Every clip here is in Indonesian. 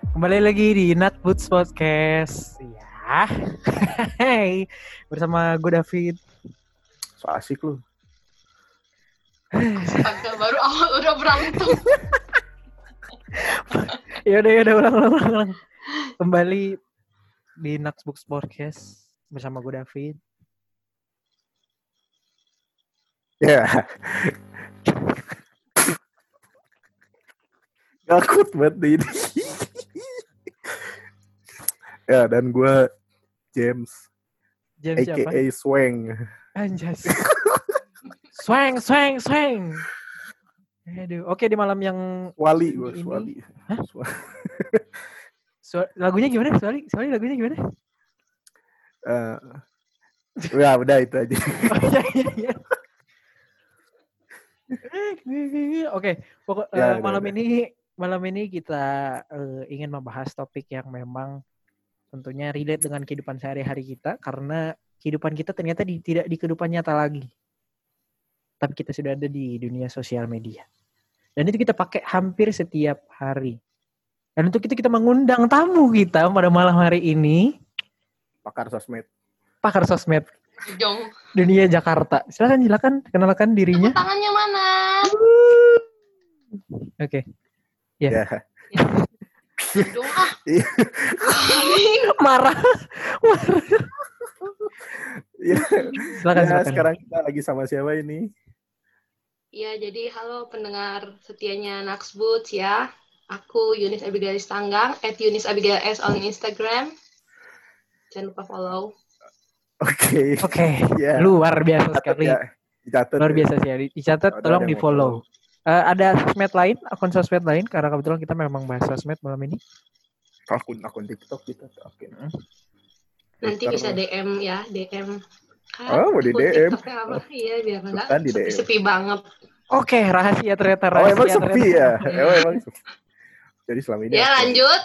Kembali lagi di Nutboots Podcast. Ya. Hey, bersama gue David. So asik lu. Astaga, baru awal udah berantem. Yaudah ulang. Kembali di Nutboots Podcast bersama gue David. Ya. Gakut banget ini. Ya, dan gue James siapa? a.k.a. Swang. Anjas. Swang. Aduh, oke di malam yang Wali ini. gue, Swali. Hah? Lagunya gimana? Swali lagunya gimana? Ya udah itu aja. Oh, iya. Oke, pokok malam ini kita ingin membahas topik yang memang tentunya relate dengan kehidupan sehari-hari kita, karena kehidupan kita ternyata tidak di kehidupan nyata lagi, tapi kita sudah ada di dunia sosial media, dan itu kita pakai hampir setiap hari. Dan untuk itu kita mengundang tamu kita pada malam hari ini, pakar sosmed Jong. dunia Jakarta. Silakan kenalkan dirinya. Tepuk tangannya mana? Oke. Ya. Dong ah. Marah. Silakan. Sekarang kita lagi sama siapa ini? Ya, jadi halo pendengar setianya Nutboots ya. Aku Yunis Abigail Tanggang @YunisAbigails on Instagram. Jangan lupa follow. Oke. Yeah. Luar biasa sekali. Ya. Dicatat. Luar biasa sih. Dicatat, tolong di follow. Ada sosmed lain, akun sosmed lain, karena kebetulan kita memang bahas sosmed malam ini. Akun TikTok kita. Oke. Nanti bisa DM ya, DM. Mau di DM? Iya, biar enggak sepi banget. Oke, rahasia ternyata. Emang sepi ya? Emang sepi. Jadi selama ini. Ya, lanjut.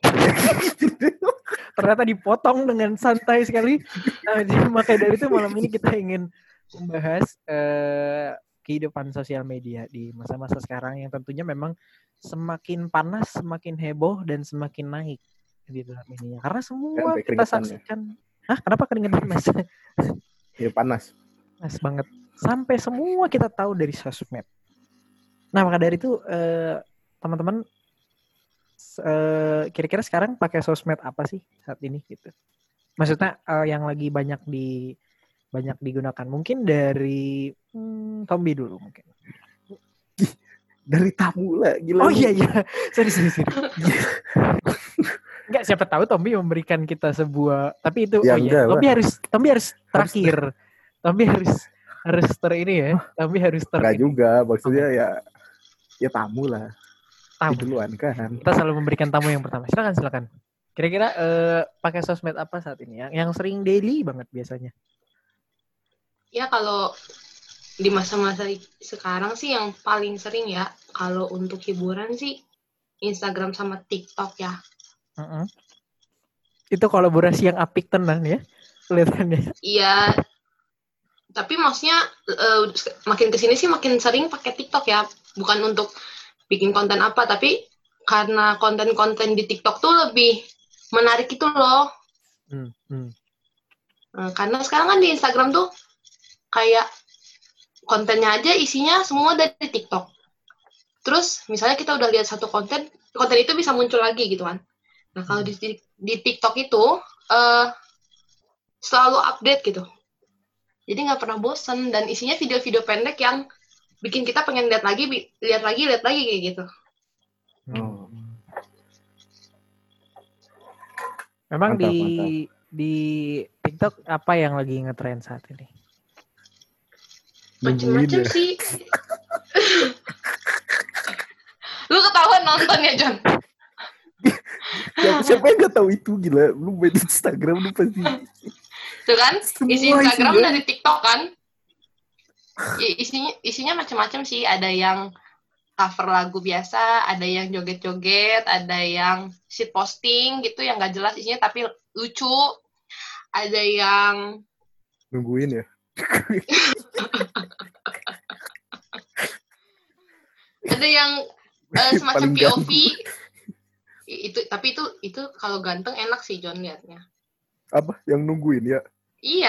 Ternyata dipotong dengan santai sekali. Jadi makanya dari itu malam ini kita ingin membahas kehidupan sosial media di masa-masa sekarang yang tentunya memang semakin panas, semakin heboh, dan semakin naik di dalam ininya. Karena semua kita saksikan. Hah? Kenapa keringetan, Mas? Ya panas. Panas banget. Sampai semua kita tahu dari sosmed. Nah, maka dari itu teman-teman kira-kira sekarang pakai sosmed apa sih saat ini gitu? Maksudnya yang lagi banyak digunakan. Mungkin dari Tombi dulu mungkin. Dari tamu lah, gila. Oh iya. Sorry. Enggak, siapa tahu Tombi memberikan kita sebuah, tapi itu ya, Tombi harus terakhir. Tombi harus ini ya. Tombi harus enggak juga, maksudnya ya tamu lah. Duluan kan. Kita selalu memberikan tamu yang pertama. Silakan. Kira-kira pakai sosmed apa saat ini? Yang sering daily banget biasanya? Ya, kalau di masa-masa sekarang sih yang paling sering ya, kalau untuk hiburan sih Instagram sama TikTok ya. Itu kolaborasi yang apik tenan ya, kelihatannya. Iya, tapi maksudnya makin kesini sih makin sering pakai TikTok ya, bukan untuk bikin konten apa, tapi karena konten-konten di TikTok tuh lebih menarik itu loh. Karena sekarang kan di Instagram tuh kayak kontennya aja isinya semua dari TikTok. Terus misalnya kita udah lihat satu konten itu bisa muncul lagi gitu kan. Nah, kalau di TikTok itu selalu update gitu. Jadi nggak pernah bosen, dan isinya video-video pendek yang bikin kita pengen lihat lagi kayak gitu. Memang mantap. Di TikTok apa yang lagi ngetrend saat ini? Macam-macam sih. Lu ketahuan nonton ya, John? Siapa yang nggak tahu itu, gila. Lu main Instagram lu pasti. Tuh kan, isi Instagram dari TikTok kan. Isinya macam-macam sih. Ada yang cover lagu biasa, ada yang joget-joget, ada yang shit posting gitu yang nggak jelas isinya tapi lucu. Ada yang nungguin ya. Ada yang semacam POV Itu kalau ganteng enak sih John liatnya. Apa? Yang nungguin ya? Iya.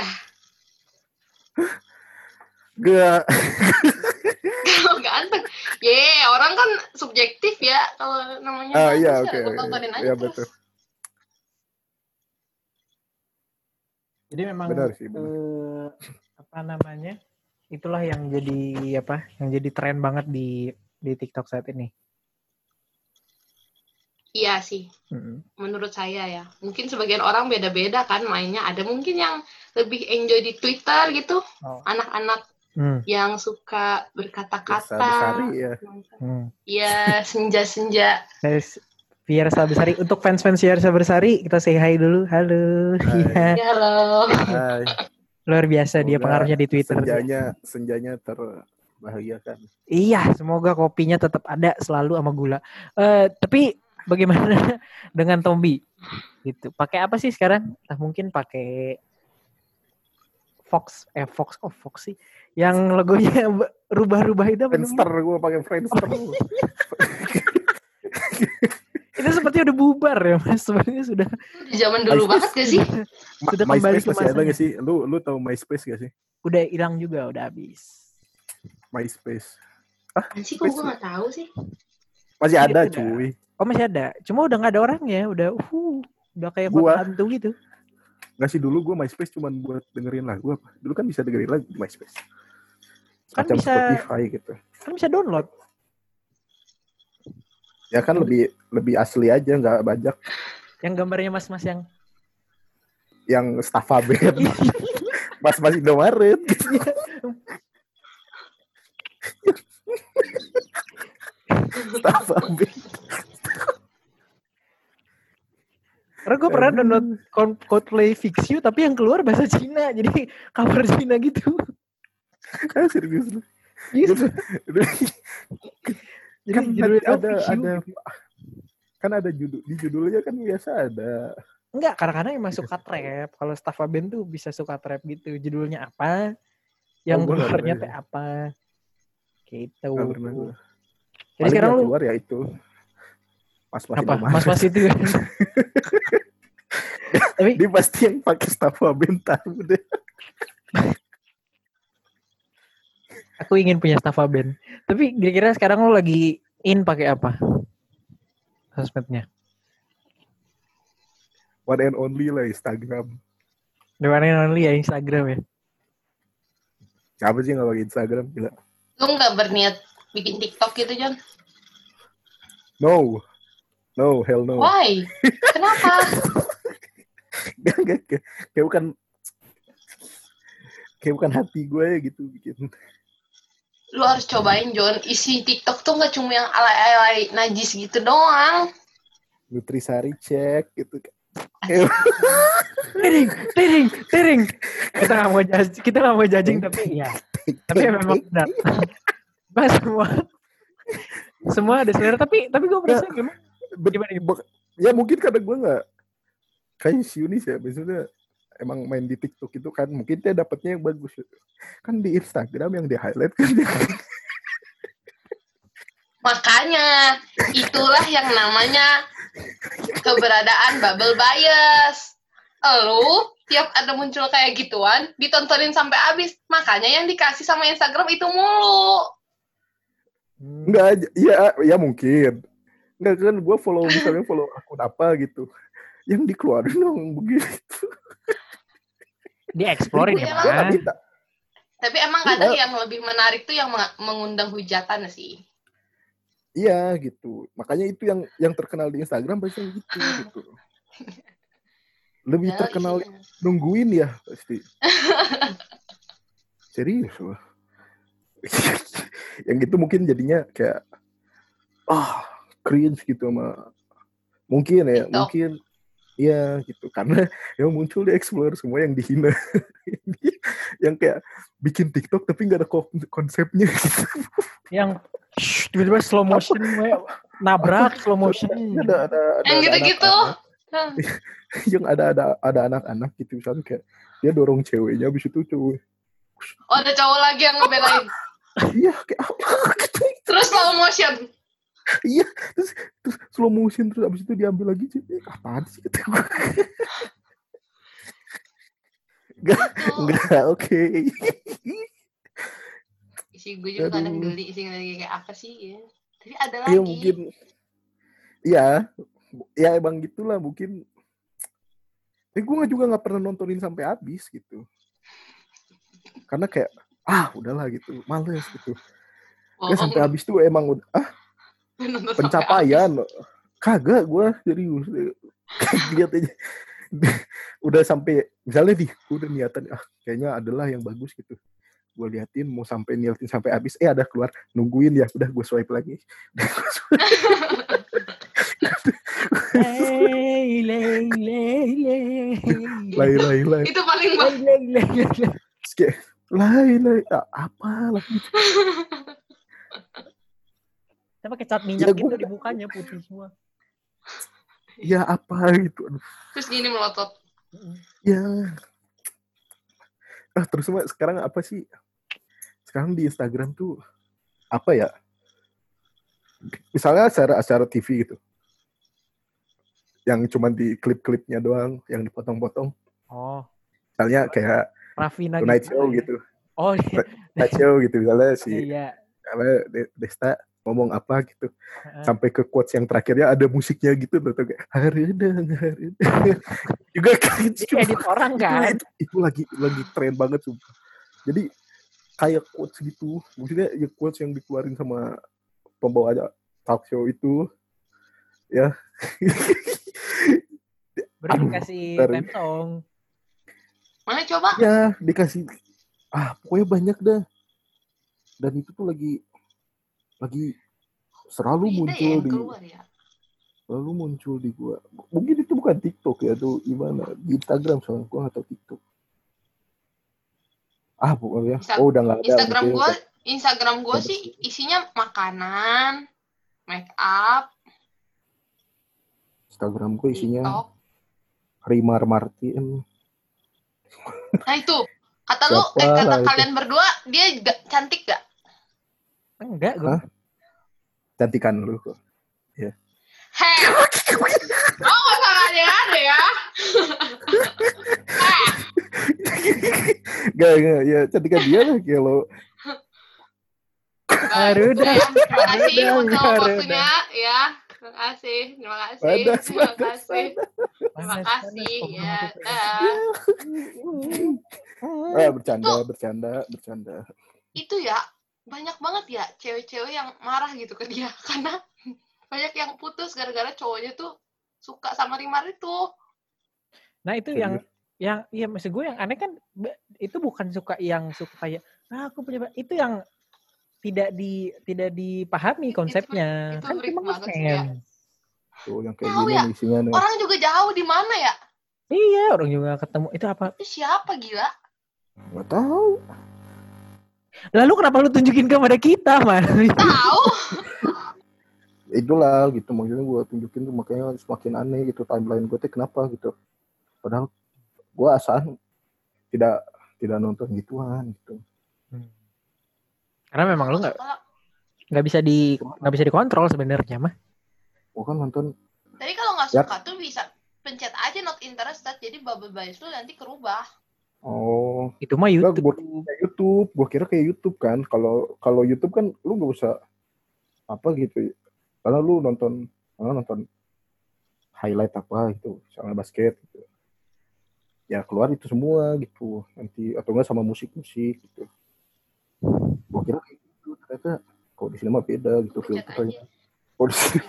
Gak. Kalau ganteng, orang kan subjektif ya. Kalau namanya Iya, bagus oke. gue tontonin aja Ya, terus. betul. Jadi memang benar sih, benar. apa namanya? Itulah yang jadi yang jadi tren banget di TikTok saat ini. Iya sih. Menurut saya ya. Mungkin sebagian orang beda-beda kan mainnya. Ada mungkin yang lebih enjoy di Twitter gitu. Anak-anak yang suka berkata-kata. Ya. Iya, senja-senja. Fiersa Besari, untuk fans-fans Fiersa Besari kita say hi dulu. Halo. Hai. Halo. Hai. Luar biasa. Semoga dia pengaruhnya di Twitter. Senjanya terbahagiakan. Iya, semoga kopinya tetap ada selalu sama gula. Tapi bagaimana dengan Tombi? Gitu. Pakai apa sih sekarang? Mungkin pakai Fox sih. Yang logonya rubah-rubah itu apa? Friendster, gue pakai Friendster. Itu sepertinya udah bubar ya Mas, sebenarnya sudah di zaman dulu banget gak sih? Sudah kembali ke masih ada gak sih? Lu tahu MySpace gak sih? Udah hilang juga, udah habis. MySpace. Sih kok gue gak tahu sih. Masih ada cuy. Oh masih ada, cuma udah gak ada orangnya, udah kayak kota hantu gitu. Nggak sih, dulu gue MySpace cuma buat dengerin lagu apa. Dulu kan bisa dengerin lagu di MySpace. Kan macam bisa Spotify gitu. Kan bisa download. Ya kan lebih asli aja, nggak bajak. Yang gambarnya mas-mas yang Staffa Band. Mas-mas Indomaret gitu. Staffa Band. Karena gue pernah download Coldplay Fix You, tapi yang keluar bahasa Cina, jadi cover Cina gitu. Serius lu? Gitu. Kan ada judul, di judulnya kan biasa ada. Enggak, kadang-kadang yang masuk rap. Kalau Staffa Band tuh bisa suka rap gitu. Judulnya apa? Yang keluarnya teh apa? Gitu. Jadi sekarang lu keluar ya itu. Mas itu kan. Tapi dia pasti yang pakai Staffa Band tahu deh. Aku ingin punya Staffa Band. Tapi kira-kira sekarang lu lagi pakai apa? Sosmednya? One and only lah Instagram. The one and only ya Instagram ya. Siapa sih nggak pakai Instagram? Gila. Lu nggak berniat bikin TikTok gitu, John? No, hell no. Why? Kenapa? Kayak bukan hati gue gitu bikin. Lu harus cobain, John. Isi TikTok tuh nggak cuma yang alay-alay najis gitu doang. Nutrisari cek gitu. Tiring. Kita nggak mau judging tapi ya. Tapi memang benar. Mas semua ada selera, tapi gue merasa gimana? Ya mungkin karena gue nggak kayak si Yunis ya, maksudnya emang main di TikTok itu kan mungkin dia dapatnya yang bagus kan di Instagram yang di highlight kan dia. Makanya itulah yang namanya keberadaan bubble bias. Lu tiap ada muncul kayak gituan ditontonin sampai habis, makanya yang dikasih sama Instagram itu mulu. Enggak, ya mungkin. Enggak kan gue follow akun apa gitu. Yang dikeluarin dong begitu. Di-explorein ya, Pak. Tapi emang kadang yang lebih menarik tuh yang mengundang hujatan sih. Iya gitu. Makanya itu yang terkenal di Instagram pasti gitu. Lebih terkenal nungguin ya pasti. Serius loh. Yang itu mungkin jadinya kayak cringe gitu sama mungkin ya, TikTok. Mungkin iya gitu, karena yang muncul di explore semua yang dihina. Yang kayak bikin TikTok tapi gak ada konsepnya gitu. Yang tiba-tiba slow motion nabrak slow motion. Ada yang gitu-gitu. Yang ada anak-anak gitu misalnya kayak dia dorong ceweknya habis itu cowok. Oh, ada cowok lagi yang ngebelain. Iya, kayak apa gitu. Terus slow motion. Iya, terus slow motion, terus abis itu diambil lagi. Apaan sih kata gue? Enggak, oke. Isi gue juga kadang geli sih kayak apa sih ya. Tapi ada Iya lagi. mungkin. Iya emang gitulah mungkin. Tapi gue juga nggak pernah nontonin sampai habis gitu. Karena kayak udahlah gitu, males gitu. Sampai habis tuh emang pencapaian. Kagak gue serius. Lihat aja. Udah sampai misalnya gue udah niatan kayaknya adalah yang bagus gitu. Gue liatin mau niatin sampai habis ada keluar, nungguin ya udah gue swipe lagi. Lay. Itu paling lay apa lagi? Saya pakai cat minyak gitu di mukanya putih semua. Ya apa gitu. Terus gini melotot. Ya. Terus sekarang apa sih? Sekarang di Instagram tuh apa ya? Misalnya acara TV gitu. Yang cuma di klip-klipnya doang, yang dipotong-potong. Oh. Misalnya kayak Rafina Tonight Show gitu. Oh iya. Tonight Show gitu. Misalnya si Desta ngomong apa gitu. Sampai ke quotes yang terakhirnya ada musiknya gitu. Kayak haredang. Juga kayak edit orang kan. Itu lagi tren banget sumpah. Jadi kayak quotes gitu. Maksudnya ya quotes yang dikeluarin sama pembawa talk show itu. Ya. Berarti dikasih theme song. Mana coba? Ya, dikasih. Pokoknya banyak dah. Dan itu tuh lagi selalu muncul di gua. Mungkin itu bukan TikTok ya, tuh gimana? Di Instagram soalnya gua nggak tahu TikTok. Pokoknya. Udah nggak ada. Instagram gua sih isinya makanan, make up. Instagram gua isinya Rimar Martin. Nah itu, kata kalian berdua, dia cantik gak? Enggak, gue. Cantikan lu kok. Ya. Hei, gak ada ya? Gak, ya cantikan dia lah kalau. Terima kasih untuk waktunya ya. Terima kasih. Ya. Bercanda. Itu ya banyak banget ya cewek-cewek yang marah gitu ke dia karena banyak yang putus gara-gara cowoknya tuh suka sama Rimar itu. Nah itu yang iya maksud gue yang aneh kan itu bukan yang suka kayak aku punya, itu yang tidak dipahami konsepnya. Itu kan cuma banget sih ya. Tuh yang kayak gini ya? Isinya nih. Orang juga jauh di mana ya? Iya, orang juga ketemu. Itu apa? Itu siapa gila? Nggak tahu. Lalu kenapa lu tunjukin kepada kita, Man? Tahu. Itulah gitu, maksudnya gue tunjukin tuh makanya semakin aneh gitu timeline gue tuh kenapa gitu. Padahal gue asal tidak nonton gituan gitu. Karena memang lu nggak bisa dikontrol sebenarnya mah. Gue kan nonton. Tapi kalau nggak suka tuh bisa pencet aja not interested, jadi bubble bias lu nanti kerubah. Oh, itu mah YouTube. Gue kira kayak YouTube kan. Kalau YouTube kan lu nggak usah apa gitu. Karena lu nonton highlight apa itu, sama basket gitu. Ya keluar itu semua gitu. Nanti atau enggak sama musik gitu. Gue kira kayak gitu, ternyata kalau di sini mah beda gitu filternya. Kalau di sini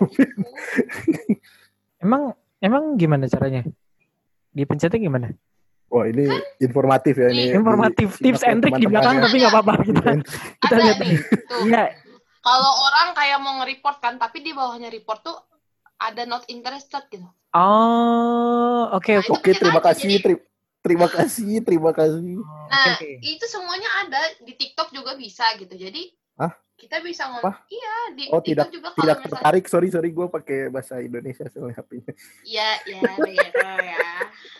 Emang gimana caranya? Dipencetnya gimana? Wah ini informatif ya ini. Informatif, tips and trick di belakang tapi nggak apa-apa kita lihat nih. Iya. Kalau orang kayak mau nge-report kan, tapi di bawahnya report tuh ada not interested gitu. Oh, oke. Oke, terima kasih. Terima kasih. Nah, itu semuanya ada di TikTok juga bisa gitu. Jadi kita bisa ngomong. Iya, di TikTok juga kalau tidak tertarik. Sorry, gue pakai bahasa Indonesia soalnya HP-nya. Iya, ya.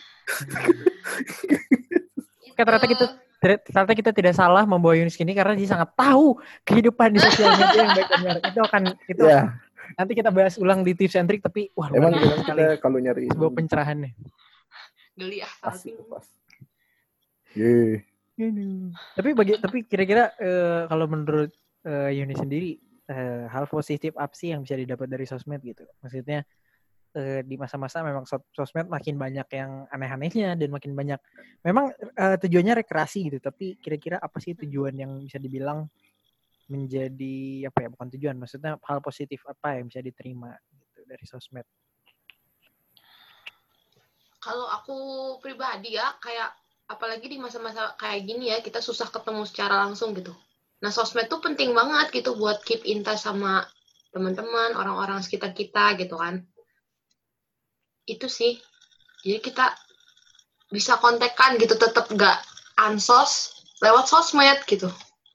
Ternyata kita tidak salah membawa Yunis ini karena dia sangat tahu kehidupan di sosial media yang baik dan benar. Itu akan Nanti kita bahas ulang di tips and trick, tapi wah emang luar biasa sekali. Kalau nyari sebuah pencerahannya. Geli ah. Pas. Yeah. Tapi kira-kira kalau menurut Yuni sendiri hal positif apa sih yang bisa didapat dari sosmed gitu? Maksudnya di masa-masa memang sosmed makin banyak yang aneh-anehnya dan makin banyak memang tujuannya rekreasi gitu, tapi kira-kira apa sih tujuan yang bisa dibilang menjadi apa ya, bukan tujuan, maksudnya hal positif apa yang bisa diterima gitu dari sosmed? Kalau aku pribadi ya, kayak apalagi di masa-masa kayak gini ya, kita susah ketemu secara langsung gitu. Nah, sosmed tuh penting banget gitu buat keep in touch sama teman-teman, orang-orang sekitar kita gitu kan. Itu sih. Jadi kita bisa kontekan gitu, tetap gak ansos lewat sosmed gitu.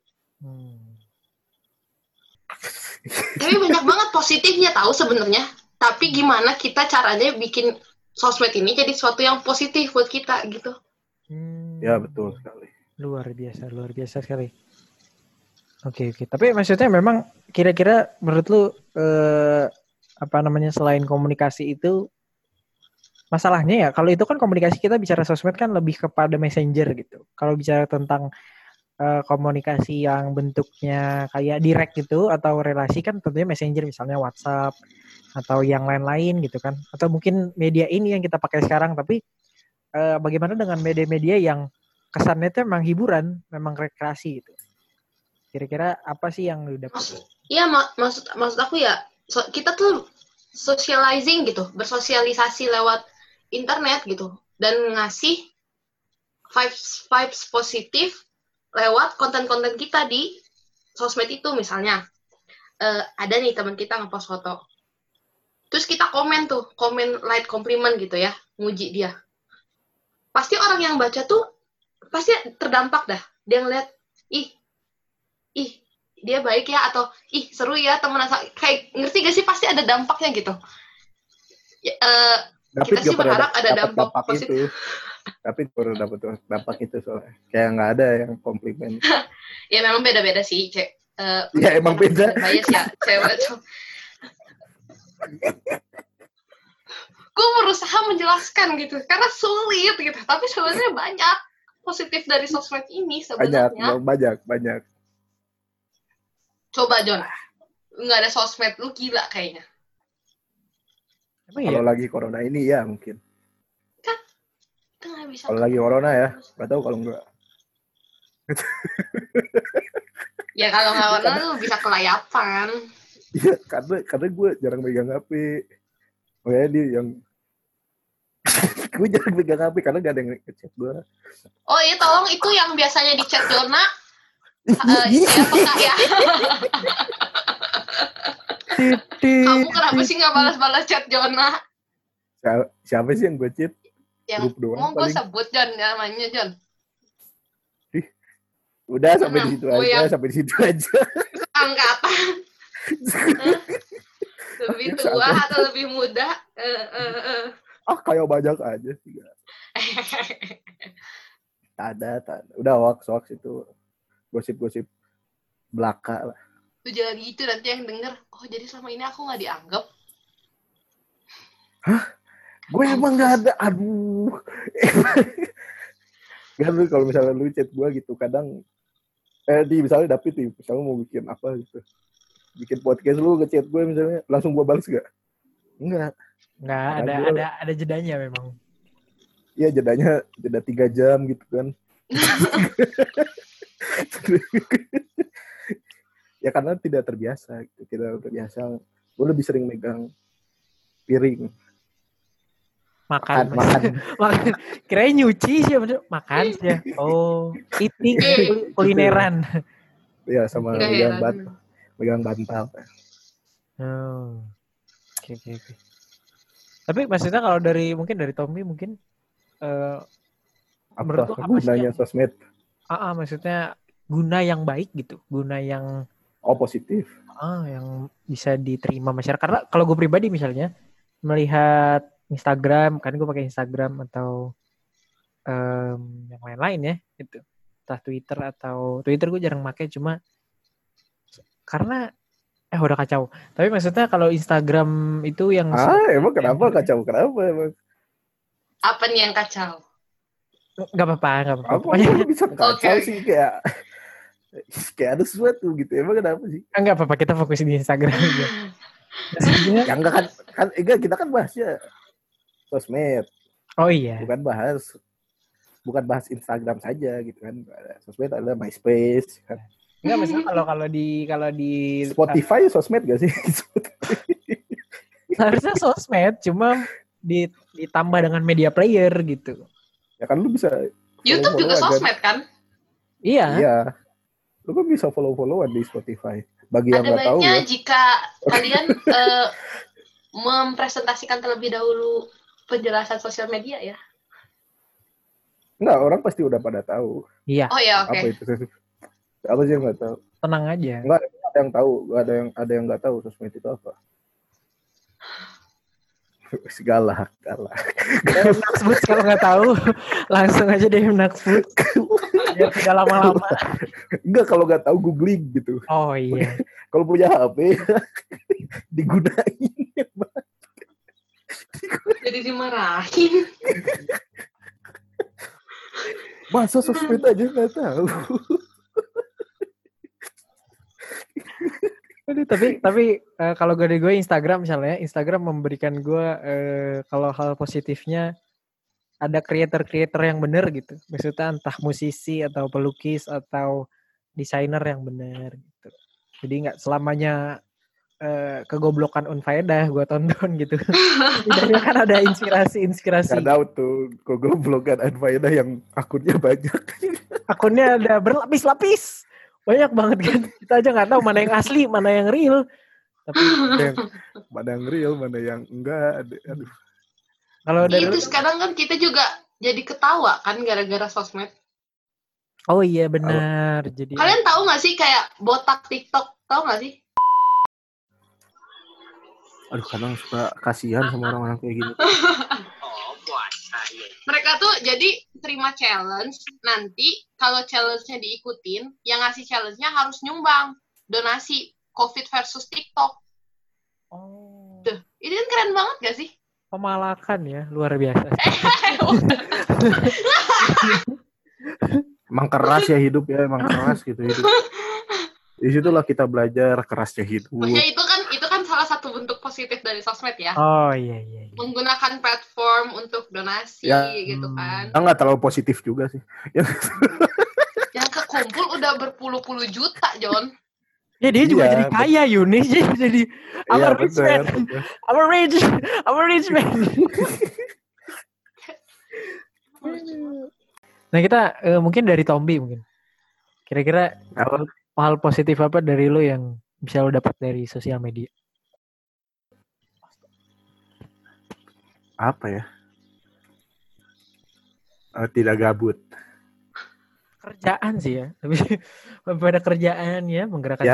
Tapi banyak banget positifnya tahu sebenarnya. Tapi gimana kita caranya bikin sosmed ini jadi sesuatu yang positif buat kita gitu. Ya betul sekali. Luar biasa sekali. Oke. Tapi maksudnya memang kira-kira menurut lu selain komunikasi itu, masalahnya ya kalau itu kan komunikasi, kita bicara sosmed kan lebih kepada messenger gitu. Kalau bicara tentang komunikasi yang bentuknya kayak direct gitu atau relasi kan tentunya messenger, misalnya WhatsApp atau yang lain-lain gitu kan, atau mungkin media ini yang kita pakai sekarang. Tapi bagaimana dengan media-media yang kesannya itu memang hiburan, memang rekreasi gitu? Kira-kira apa sih yang lu dapat? Iya, maksud aku ya, kita tuh socializing gitu, bersosialisasi lewat internet gitu, dan ngasih vibes positif lewat konten-konten kita di sosmed itu. Misalnya ada nih teman kita ngepost foto, terus kita komen light compliment gitu ya, muji dia. Pasti orang yang baca tuh pasti terdampak dah, dia ngeliat ih dia baik ya, atau ih seru ya teman, kayak ngerti gak sih, pasti ada dampaknya gitu. Kita sih berharap ada dampak positif. Tapi baru dapat dampak itu soalnya kayak nggak ada yang komplimen. Ya memang beda-beda sih, Cek. Ya emang beda. Bias ya, cewek. Gue berusaha menjelaskan gitu, karena sulit gitu. Tapi sebenarnya banyak positif dari sosmed ini sebenarnya. Banyak. Coba John, nggak ada sosmed lu gila kayaknya. Kalau lagi corona ini ya mungkin. Kan kita nggak bisa. Kalau lagi corona ya, nggak tahu kalau enggak. Ya kalau nggak corona lu bisa kelayapan. Iya, karena gue jarang megang HP. Makanya dia yang gue jarang megang HP karena gak ada yang ngechat gue. Oh iya, tolong itu yang biasanya di chat Jona, saya peka ya. Kamu kenapa sih nggak balas-balas chat Jona? Siapa sih yang gue chat? Yang mau gue sebut John namanya John. Udah sampai di situ aja. Angkatan. Lebih tua atau lebih muda? Kayak banyak aja sih. Ada. Udah hoax itu. Gosip-gosip belaka lah. Tuh jangan gitu, nanti yang denger, oh jadi selama ini aku gak dianggap. Hah? Gue emang gak ada. Aduh. Kan lu kalau misalnya lu chat gue gitu, kadang misalnya David nih, misalnya mau bikin apa gitu, bikin podcast, lu ngechat gue misalnya, langsung gue balas gak? Enggak, ada jedanya memang. Iya, jeda 3 jam gitu kan. Ya karena tidak terbiasa gitu. Gue lebih sering megang piring. Makan. Kirain nyuci sih, makan sih ya. Oh, eating, kulineran. Iya, sama megang bantal. Oh. Oke. Tapi maksudnya kalau dari Tommy mungkin apa gunanya sosmed? Maksudnya guna yang baik gitu, guna yang positif. Yang bisa diterima masyarakat. Karena kalau gue pribadi misalnya melihat Instagram, kan gue pakai Instagram atau yang lain-lain ya, gitu. Entah Twitter gue jarang pakai, cuma karena Udah kacau. Tapi maksudnya kalau Instagram itu yang emang kenapa kacau? Kenapa emang? Apa nih yang kacau? Gak apa-apa. Apa lu bisa kacau sih kayak ada sesuatu gitu. Emang kenapa sih? Enggak apa-apa, kita fokus di Instagram aja. Ya enggak kan kita kan bahasnya sosmed. Oh iya. Bukan bahas Instagram saja gitu kan. Sosmed ada MySpace kan. Enggak, maksudnya kalau di Spotify sosmed gak sih? Harusnya sosmed, cuma ditambah dengan media player gitu. Ya kan lu bisa YouTube juga sosmed kan? Iya. Lu kan bisa follow-followan di Spotify. Bagi yang nggak tahu ya. Jika kalian mempresentasikan terlebih dahulu penjelasan sosial media ya. Enggak, orang pasti udah pada tahu. Iya. Oh ya, oke. Apa itu? Apa sih yang nggak tahu? Tenang aja. Enggak ada yang tahu, ada yang nggak tahu sosmed itu apa. Galak. Naksbut kalau nggak tahu langsung aja deh naksbut. Biar tidak lama-lama. Enggak, kalau nggak tahu googling gitu. Oh iya. Kalau punya HP digunain. Jadi dimarahin. Masa sosmed aja nggak tahu. Tapi kalau gue Instagram misalnya, Instagram memberikan gue kalau hal positifnya ada creator yang benar gitu. Maksudnya entah musisi atau pelukis atau desainer yang benar gitu. Jadi nggak selamanya kegoblokan unfaedah gue tonton gitu. Setidaknya kan ada inspirasi. Gak tahu tuh kegoblokan unfaedah yang akunnya banyak. Akunnya ada berlapis-lapis. Banyak banget kan. Kita aja nggak tahu mana yang asli, mana yang real. Tapi mana yang real, mana yang enggak. Aduh. Kalau itu sekarang kan kita juga jadi ketawa kan gara-gara sosmed. Oh iya benar. Jadi kalian tahu nggak sih kayak botak TikTok, tahu nggak sih? Aduh, kadang suka kasihan sama orang-orang kayak gini. Mereka tuh jadi terima challenge, nanti kalau challenge-nya diikutin, yang ngasih challenge-nya harus nyumbang donasi COVID versus TikTok. Oh. Tuh, ini kan keren banget gak sih? Pemalakan ya, luar biasa. Emang keras ya hidup ya, emang keras gitu hidup. Di situlah kita belajar kerasnya hidup. Maksudnya itu kan salah satu bentuk positif dari sosmed ya. Oh iya. Menggunakan platform untuk donasi ya, gitu kan. Nggak terlalu positif juga sih. Yang kekumpul udah berpuluh-puluh juta, John. Ya dia juga jadi kaya, Yunis. Jadi I'm a rich man. I'm a rich man. Nah kita mungkin dari Tombi mungkin. Kira-kira hal positif apa dari lo yang bisa lo dapat dari sosial media? Apa ya? Tidak gabut. Kerjaan sih ya. Tapi pada kerjaan ya, menggerakkan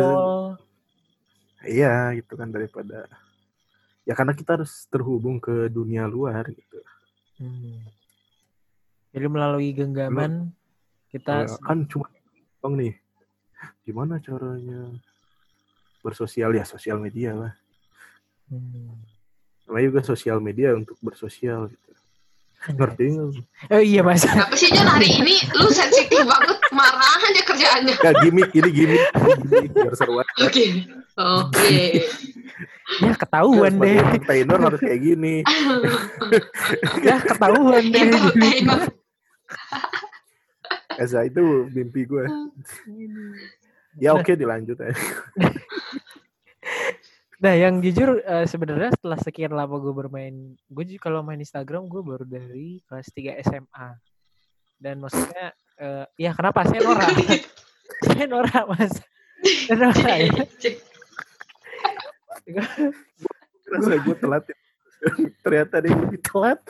iya gitu kan, daripada ya karena kita harus terhubung ke dunia luar gitu. Jadi melalui genggaman kita kan cuma nih gimana caranya bersosial ya, sosial media lah. Namanya juga sosial media untuk bersosial gitu. Ngerti nggak? Oh iya mas. Apa sih John, hari ini lu sensitif banget, marah aja kerjaannya. Ya gimmick biar seru aja. Oke. Ya ketahuan deh. Entertainer harus kayak gini. Ya ketahuan deh. Esa itu mimpi gue. Ya oke, dilanjut aja. Nah yang jujur sebenarnya setelah sekian lama gue bermain, gue juga kalau main Instagram gue baru dari kelas 3 SMA. Dan maksudnya ya kenapa saya norak? Saya norak mas. Saya norak ya. Rasa gue telat ya. Ternyata dia lebih telat.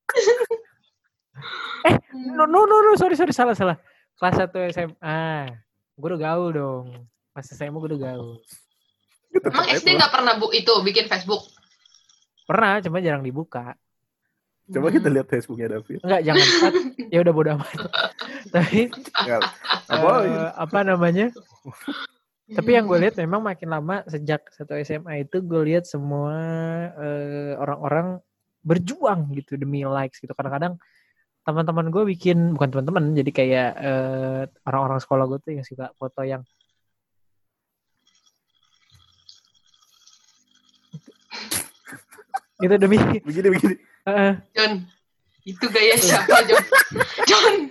No, sorry, salah. Kelas 1 SMA. Gue udah gaul dong. Pas SMA gue udah gaul. Emang SD nggak pernah bikin Facebook? Pernah, cuma jarang dibuka. Coba kita lihat Facebooknya David. Enggak, jangan. Ya udah bodo amat. Tapi apa namanya? Tapi yang gue lihat memang makin lama sejak satu SMA itu gue lihat semua orang-orang berjuang gitu demi likes gitu. Kadang-kadang teman-teman gue bukan teman-teman, jadi kayak orang-orang sekolah gue tuh yang suka foto yang gitu demi begini. John, itu gaya siapa John?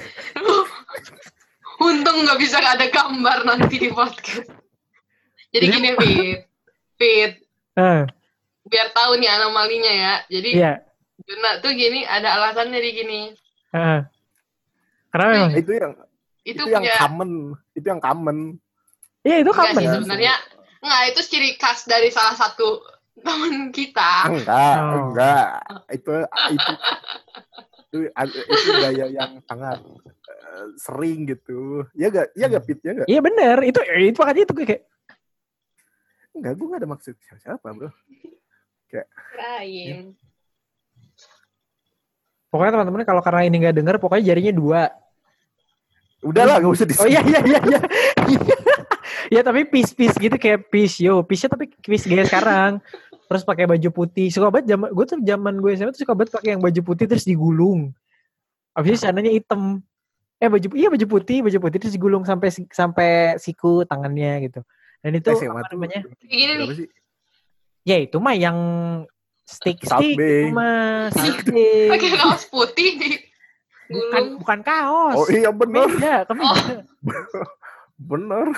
Untung nggak bisa ada gambar nanti di podcast. Jadi gini Fit, biar tahu nih anomalinya ya. Jadi Juna tuh gini, ada alasannya di gini. Kenapa emang? Itu yang common. Iya itu common. Enggak sih sebenarnya. Enggak, itu ciri khas dari salah satu teman kita. Enggak. Itu gaya yang sangat sering gitu. Ya gak Pit, ya gak? Iya benar. Itu makanya itu gue kayak enggak, gue gak ada maksud siapa bro. Kayak kirain. Pokoknya teman-teman kalau karena ini nggak dengar, pokoknya jarinya 2. Udahlah, nggak usah disebut. Oh iya. Ya tapi peace gitu kayak peace-nya tapi peace gaya sekarang. Terus pakai baju putih. Suka banget zaman gue SMA tuh suka banget pakai yang baju putih terus digulung. Habis itu celananya hitam. Baju putih terus digulung sampai siku tangannya gitu. Dan itu apa namanya? Gini nih. Ya itu mah yang stick itu mah stick. Pakai kaos putih di bukan kaos. Oh iya benar. Beda, tapi benar.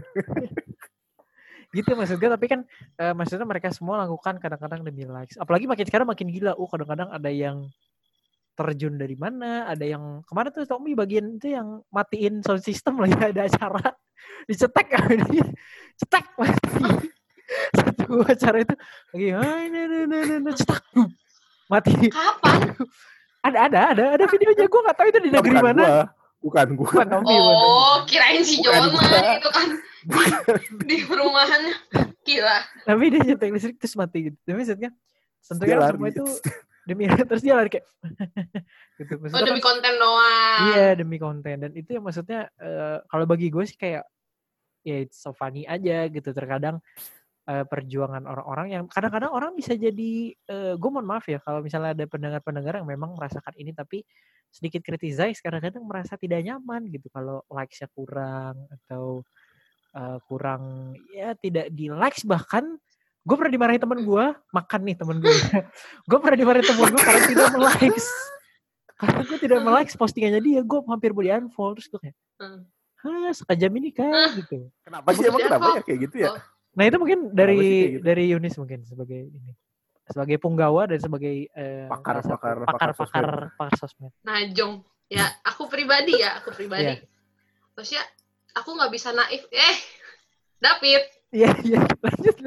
Gitu maksud gue, tapi kan maksudnya mereka semua lakukan kadang-kadang demi likes. Apalagi makin sekarang makin gila. Kadang-kadang ada yang terjun dari mana, ada yang kemarin tuh Tommy bagian itu yang matiin sound system lagi ada acara dicetek cetek mati. Satu acara itu lagi cetak mati. Kapan? Ada videonya, gue nggak tahu itu di negeri mana. Bukan Tommy. Kirain si Jona itu kan di perumahannya. Gila. Tapi dia nyetek listrik terus mati gitu. Tapi maksudnya tentunya semua itu demi terus dia lari kayak gitu. Maksudnya demi konten doang. Iya, demi konten. Dan itu yang maksudnya kalau bagi gue sih kayak ya it's so funny aja gitu. Terkadang perjuangan orang-orang yang kadang-kadang orang bisa jadi gue mohon maaf ya kalau misalnya ada pendengar-pendengar yang memang merasakan ini tapi sedikit criticize kadang-kadang merasa tidak nyaman gitu kalau likes-nya kurang atau kurang ya tidak di likes. Bahkan gue pernah dimarahin temen gue makan nih temen gue gue pernah dimarahin temen gue karena tidak melikes karena gue tidak melikes postingannya dia. Gue hampir mau di unfollow terus gue kayak sekejam ini kan gitu. Kenapa sih emang kenapa ya kayak gitu ya? Nah itu mungkin dari Yunis mungkin sebagai punggawa dan sebagai pakar sosmed. Nah Jong, ya aku pribadi. Yeah. Maksudnya aku nggak bisa naif. David. Iya lanjut.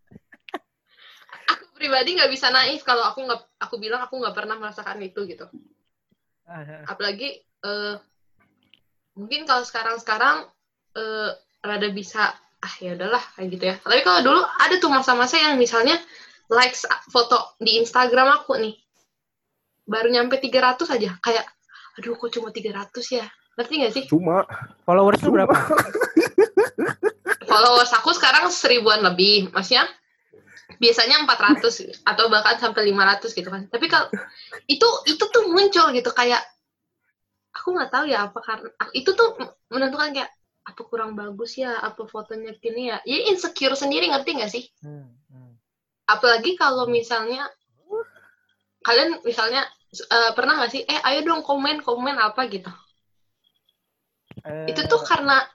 Aku pribadi nggak bisa naif kalau aku bilang aku nggak pernah merasakan itu gitu. Apalagi mungkin kalau sekarang rada bisa ya udahlah kayak gitu ya. Tapi kalau dulu ada tuh masa-masa yang misalnya likes foto di Instagram aku nih baru nyampe 300 aja kayak aduh kok cuma 300 ya. Ngerti gak sih? Cuma followers lu berapa? Followers aku sekarang 1000-an lebih. Maksudnya biasanya 400 atau bahkan sampai 500 gitu kan. Tapi kalau itu tuh muncul gitu kayak aku nggak tahu ya apa karena itu tuh menentukan kayak apa kurang bagus ya, apa fotonya gini ya. Ya insecure sendiri, ngerti gak sih? Apalagi kalau misalnya kalian misalnya pernah gak sih ayo dong komen apa gitu. Itu tuh karena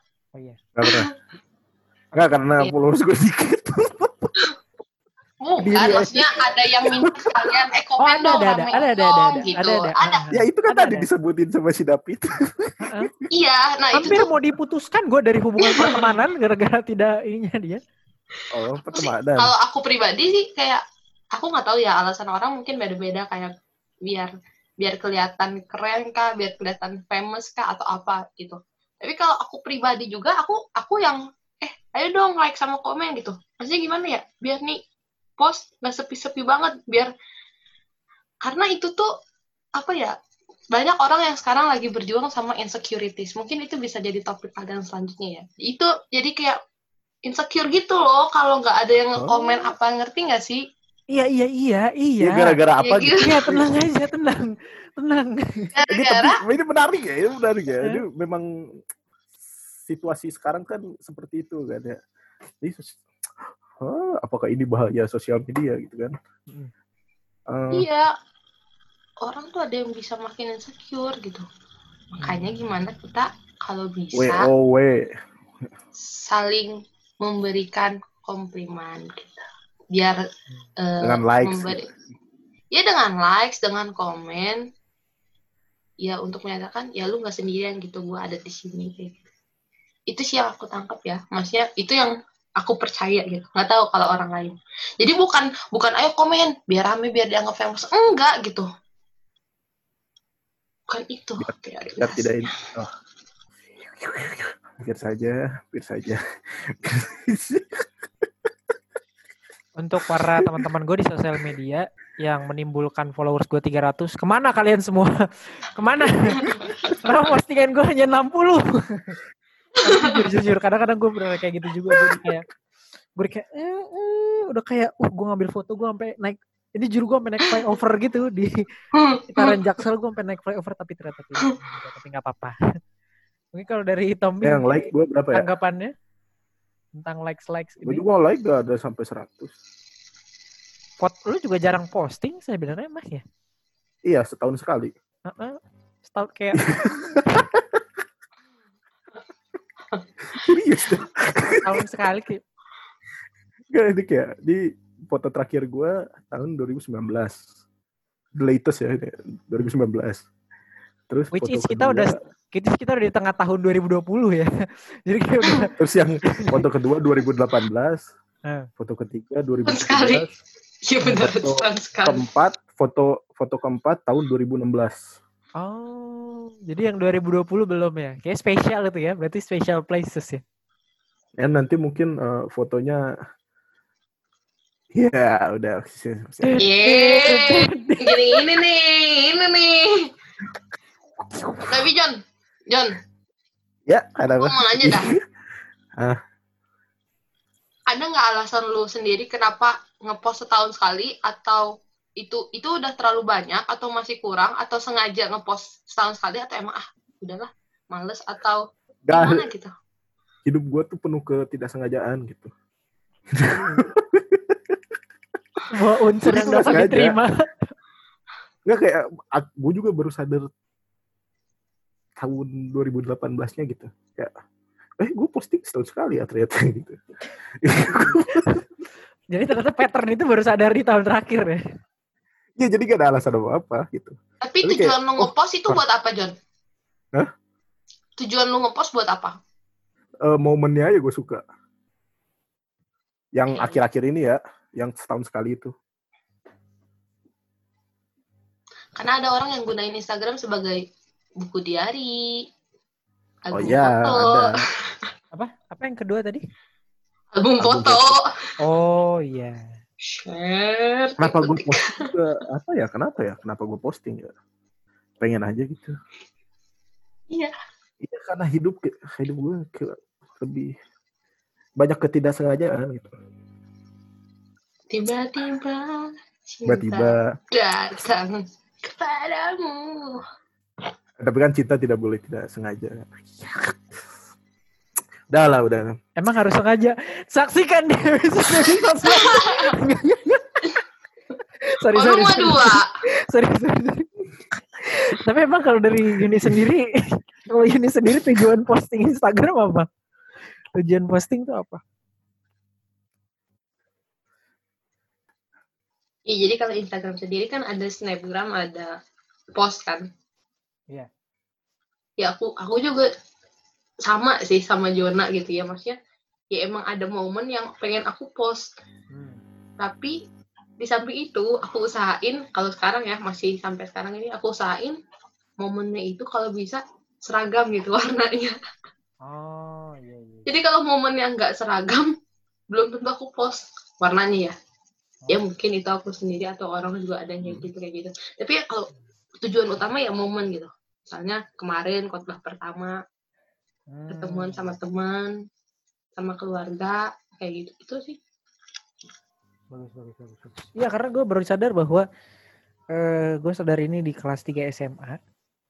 Enggak karena followers gue dikit. Bukan, maksudnya ada yang minta kalian komen dong, ada gitu. Ya itu kan tadi disebutin sama si David. Iya, nah hampir itu mau diputuskan gue dari hubungan pertemanan gara-gara tidak ininya dia. Oh, pertemanan. Kalau aku pribadi sih kayak aku nggak tahu ya alasan orang mungkin beda-beda kayak biar kelihatan keren kah, biar kelihatan famous kah atau apa gitu. Tapi kalau aku pribadi juga aku yang ayo dong like sama komen gitu. Maksudnya gimana ya? Biar nih post nggak sepi-sepi banget karena itu tuh apa ya, banyak orang yang sekarang lagi berjuang sama insecurities. Mungkin itu bisa jadi topik kalian selanjutnya ya. Itu jadi kayak insecure gitu loh kalau nggak ada yang komen apa, ngerti nggak sih? Iya. Ya, gara-gara apa gitu? Iya, tenang aja, tenang. Gara-gara ini menarik ya. Ini memang situasi sekarang kan seperti itu kan ya. Jadi, apakah ini bahaya sosial media gitu kan? Iya, orang tuh ada yang bisa makin insecure gitu. Makanya gimana kita kalau bisa saling memberikan komplimen gitu. Biar dengan likes ya dengan likes, dengan komen, ya untuk menyatakan ya lu nggak sendirian gitu, gue ada di sini kayak gitu. Itu sih yang aku tangkap ya, maksudnya itu yang aku percaya gitu. Nggak tahu kalau orang lain. Jadi bukan ayo komen biar rame biar dianggap famous, enggak gitu. Bukan itu. Biar tidak ini. Biar saja. Untuk para teman-teman gue di sosial media yang menimbulkan followers gue 300, kemana kalian semua? Kemana? Karena postingan gue hanya 60. Jujur, kadang-kadang gue bener kayak gitu juga. Gue kayak udah kayak gue ngambil foto, gue sampai naik, ini juru gue sampai naik flyover gitu di sekitaran Jaksel, gue sampai naik flyover tapi ternyata tapi nggak apa-apa. Mungkin kalau dari Tommy yang like gue berapa ya? Tanggapannya tentang likes ini. Gue juga like gak ada sampai 100. Lu juga jarang posting sebenarnya Mas ya? Iya, setahun sekali. Setahun kayak serius dong. Tahun sekali kayak. Gak, ini kayak di foto terakhir gue tahun 2019. The latest ya, 2019. Terus which foto is kedua, kita udah di tengah tahun 2020 ya. Jadi kayak udah. Terus yang foto kedua 2018. Foto ketiga 2017. Iya benar, Foto keempat tahun 2016. Oh, jadi yang 2020 belum ya? Kayak spesial itu ya, berarti special places ya? Ya nanti mungkin fotonya, ya udah. Ini nih. Tapi John. Ya, ada apa? Mau nanya dah. Ada nggak alasan lu sendiri kenapa ngepost setahun sekali, atau itu udah terlalu banyak atau masih kurang, atau sengaja ngepost setahun sekali, atau emang udahlah males atau gimana gitu? Hidup gue tuh penuh ketidaksengajaan gitu. Semua unsur yang dapat diterima. Nggak, kayak gue juga baru sadar tahun 2018-nya gitu. Kayak gue posting setahun sekali ya ternyata gitu. Jadi ternyata pattern itu baru sadar di tahun terakhir ya? Ya jadi gak ada alasan apa-apa gitu. Tapi tujuan lu ngepost itu buat apa, John? Hah? Tujuan lu ngepost buat apa? Momennya aja gue suka. Yang akhir-akhir ini ya, yang setahun sekali itu. Karena ada orang yang gunain Instagram sebagai buku diari, album foto. Ada. Apa yang kedua tadi? Album foto. Oh iya. Share. Kenapa gue posting juga? Kenapa ya? Kenapa gue posting ya? Pengen aja gitu. Iya. Iya, karena hidup gue lebih banyak ketidaksengajaan gitu. Tiba-tiba datang kepadamu. Tapi kan cinta tidak boleh tidak sengaja. Udah. Emang harus sengaja. Saksikan di episode sorry. Tapi emang kalau dari Yuni sendiri, tujuan posting Instagram apa? Tujuan posting itu apa? Iya, jadi kalau Instagram sendiri kan ada snapgram, ada post kan. Iya. Ya aku juga sama sih sama Jona gitu ya, maksudnya ya emang ada momen yang pengen aku post. Tapi di samping itu aku usahain, kalau sekarang ya masih sampai sekarang ini aku usahain momennya itu kalau bisa seragam gitu warnanya. Oh iya. Jadi kalau momennya nggak seragam, belum tentu aku post warnanya ya. Ya mungkin itu aku sendiri atau orang juga ada yang kayak gitu. Tapi ya kalau tujuan utama ya momen gitu. Misalnya kemarin khotbah pertama, ketemuan sama teman, sama keluarga kayak gitu sih. Bagus. Iya, karena gue baru sadar bahwa gue sadar ini di kelas 3 SMA.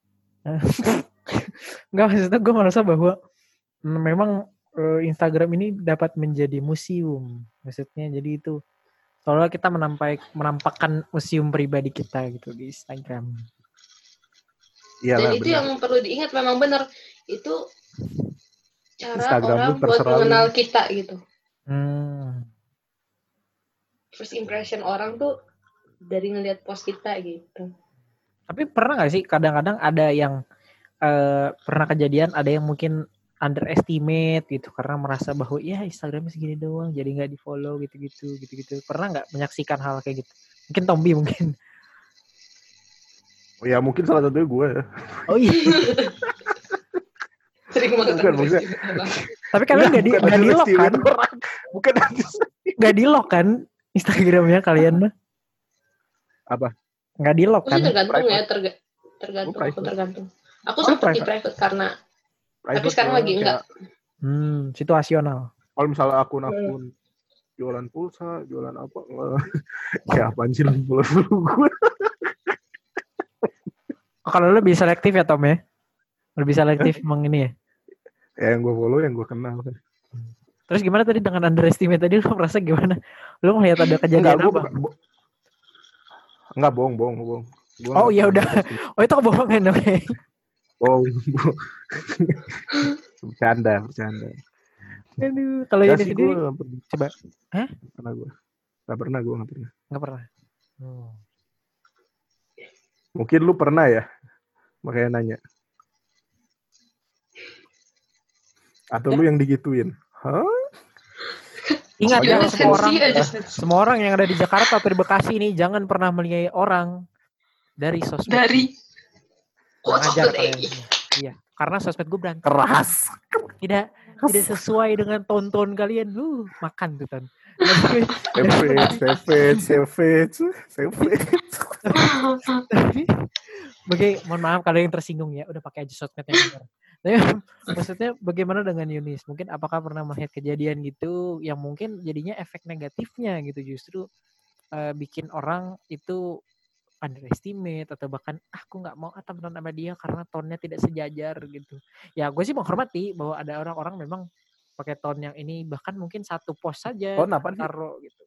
Enggak, maksudnya gue merasa bahwa memang Instagram ini dapat menjadi museum. Maksudnya jadi itu soalnya kita menampakkan museum pribadi kita gitu di Instagram. Iyalah, dan itu bener. Yang perlu diingat memang benar itu cara Instagram orang buat mengenal kita gitu. First impression orang tuh dari ngelihat post kita gitu. Tapi pernah nggak sih kadang-kadang ada yang pernah kejadian ada yang mungkin underestimate gitu karena merasa bahwa ya Instagramnya segini doang jadi nggak di follow gitu. Pernah nggak menyaksikan hal kayak gitu? Mungkin Tombi mungkin. Oh ya mungkin salah satunya gue ya. Oh iya. Sering banget. Tapi kalian nggak di lock kan? Bukan nggak di lock kan Instagramnya kalian mah? Apa? Nggak di lock kan? Tergantung ya tergantung. Aku sempat di private karena private, tapi sekarang lagi enggak. Situasional. Kalau misalnya akun jualan pulsa, jualan apa? Ya apaan sih lu gue? Kalau lu lebih selektif ya Tom ya? Lebih selektif emang ini ya? Ya yang gue follow, yang gue kenal. Terus gimana tadi dengan underestimate tadi lu merasa gimana? Lu ngeliat ada kejadian apa? Enggak, bohong. Oh iya udah. Oh itu kebohongan oke. Bohong. Bercanda. Aduh, kalau ini sendiri coba. Hah? Enggak pernah. Enggak pernah. Mungkin lu pernah ya? Makanya nanya. Atau lu yang digituin? Hah? Ingat ya semua orang yang ada di Jakarta atau di Bekasi ini jangan pernah menilai orang dari sosmed. Dari ajar iya, karena sosmed gue berantem. Keras. Tidak sesuai dengan tonton kalian. Makan tuh kan. Savage. Mohon maaf kalau yang tersinggung ya, udah pakai aja sosmed yang benar. Maksudnya bagaimana dengan Yunis? Mungkin apakah pernah melihat kejadian gitu yang mungkin jadinya efek negatifnya gitu justru bikin orang itu underestimate atau bahkan aku nggak mau temenan sama dia karena tonnya tidak sejajar gitu. Ya gue sih menghormati bahwa ada orang-orang memang pakai ton yang ini bahkan mungkin satu post saja taruh gitu.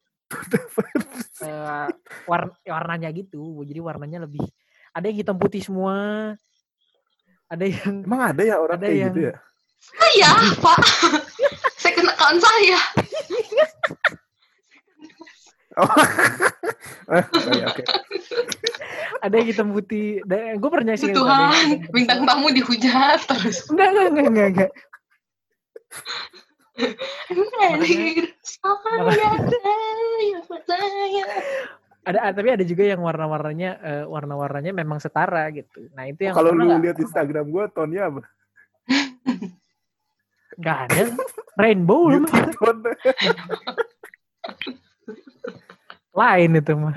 Warnanya gitu, jadi warnanya lebih ada yang hitam putih semua. Ada yang emang ada ya orang kayak gitu ya? Saya, Pak. Saya kena kawan saya. Okay. Ada yang hitam putih. Gue pernah sih. Tuhan, bintang tamu dihujat terus. Enggak. Tapi ada juga yang warna-warnanya memang setara gitu. Nah itu yang kalau lu lihat Instagram gue tonnya apa? Gak ada rainbow lu. Lain itu mah.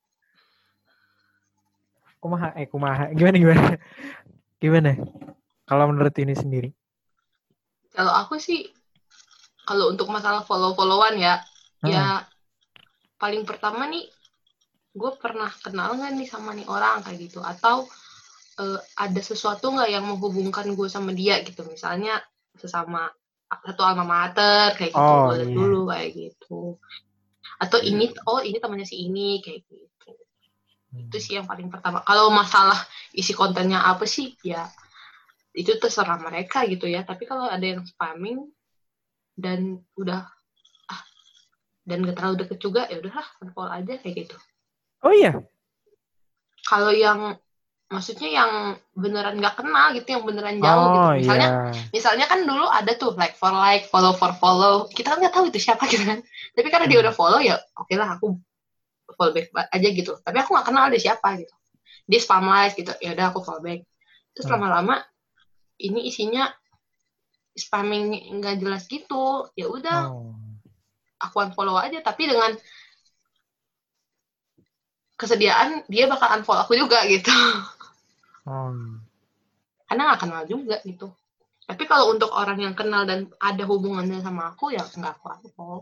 Kumaha. Gimana? Kalau menurut ini sendiri? Kalau aku sih, kalau untuk masalah follow-followan ya, ya paling pertama nih, gue pernah kenal nggak nih sama nih orang kayak gitu, atau ada sesuatu nggak yang menghubungkan gue sama dia gitu, misalnya sesama satu alma mater kayak gitu, boleh dulu kayak gitu, atau ini temannya si ini kayak gitu. Itu sih yang paling pertama. Kalau masalah isi kontennya apa sih, ya itu terserah mereka gitu ya. Tapi kalau ada yang spamming dan udah dan gak terlalu deket juga, ya udahlah unfollow aja kayak gitu. Oh iya. Kalau yang maksudnya yang beneran gak kenal gitu, yang beneran jauh gitu. Misalnya kan dulu ada tuh like for like, follow for follow. Kita kan nggak tahu itu siapa gitu kan. Tapi karena dia udah follow ya, oke lah aku follow back aja gitu. Tapi aku nggak kenal dia siapa gitu. Dia spam like gitu, ya udah aku follow back. Terus lama-lama ini isinya spamming nggak jelas gitu, ya udah aku unfollow aja. Tapi dengan kesediaan dia bakal unfollow aku juga gitu. Karena nggak kenal juga gitu. Tapi kalau untuk orang yang kenal dan ada hubungannya sama aku, ya nggak aku unfollow.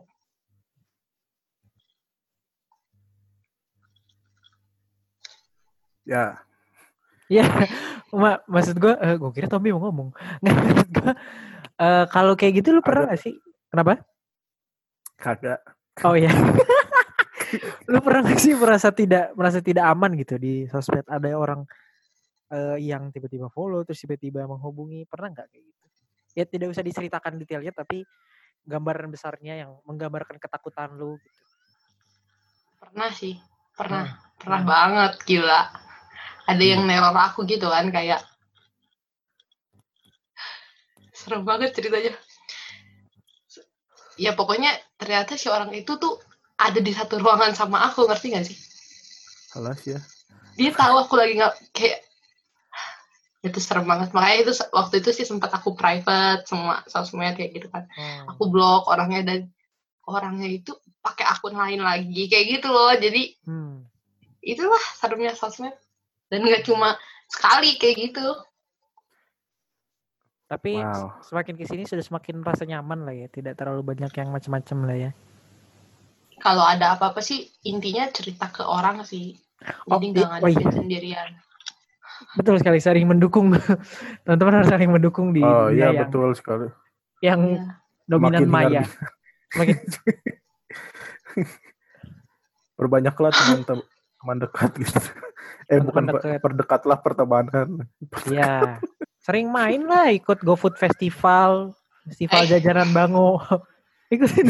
Ya. Ya, maksud gue kira Tommy mau ngomong. Maksud gue, kalau kayak gitu lu pernah nggak sih? Kenapa? Kagak. Oh ya. Lu pernah nggak sih merasa tidak aman gitu di sosmed? Ada orang yang tiba-tiba follow terus tiba-tiba menghubungi, pernah nggak kayak gitu? Ya tidak usah diceritakan detailnya, tapi gambaran besarnya yang menggambarkan ketakutan lu. Gitu. Pernah sih, pernah banget, gila. Ada yang neror aku gitu kan, kayak serem banget ceritanya. Ya pokoknya ternyata si orang itu tuh ada di satu ruangan sama aku, ngerti gak sih? Alas ya. Dia tahu aku lagi nggak, kayak itu serem banget. Makanya itu waktu itu sih sempat aku private semua sosmed kayak gitu kan. Aku blok orangnya, dan orangnya itu pakai akun lain lagi kayak gitu loh. Jadi itulah seremnya sosmed. Dan nggak cuma sekali kayak gitu. Tapi semakin kesini sudah semakin merasa nyaman lah ya, tidak terlalu banyak yang macam-macam lah ya. Kalau ada apa-apa sih intinya cerita ke orang sih, jadi nggak ngadepin sendirian. Betul sekali, saling mendukung. Teman-teman harus saling mendukung di dunia yang betul sekali. Yang dominan maya. Makin perbanyaklah teman dekat gitu. Perdekatlah pertemanan. Iya. Sering main lah, ikut GoFood Festival jajanan Bango. Ikutin.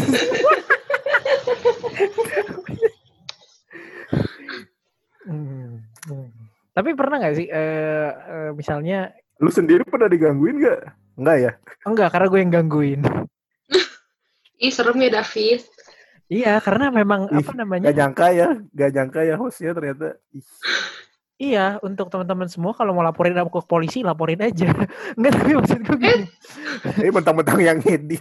Tapi pernah nggak sih, misalnya lu sendiri pernah digangguin nggak? Enggak ya? Enggak, karena gue yang gangguin. Ih, serem ya David. Iya, karena memang apa namanya? Gak nyangka ya hostnya ternyata. Iya, untuk teman-teman semua kalau mau laporin aku ke polisi, laporin aja. Enggak, tapi maksud gue gini. Mentang-mentang yang ngedit.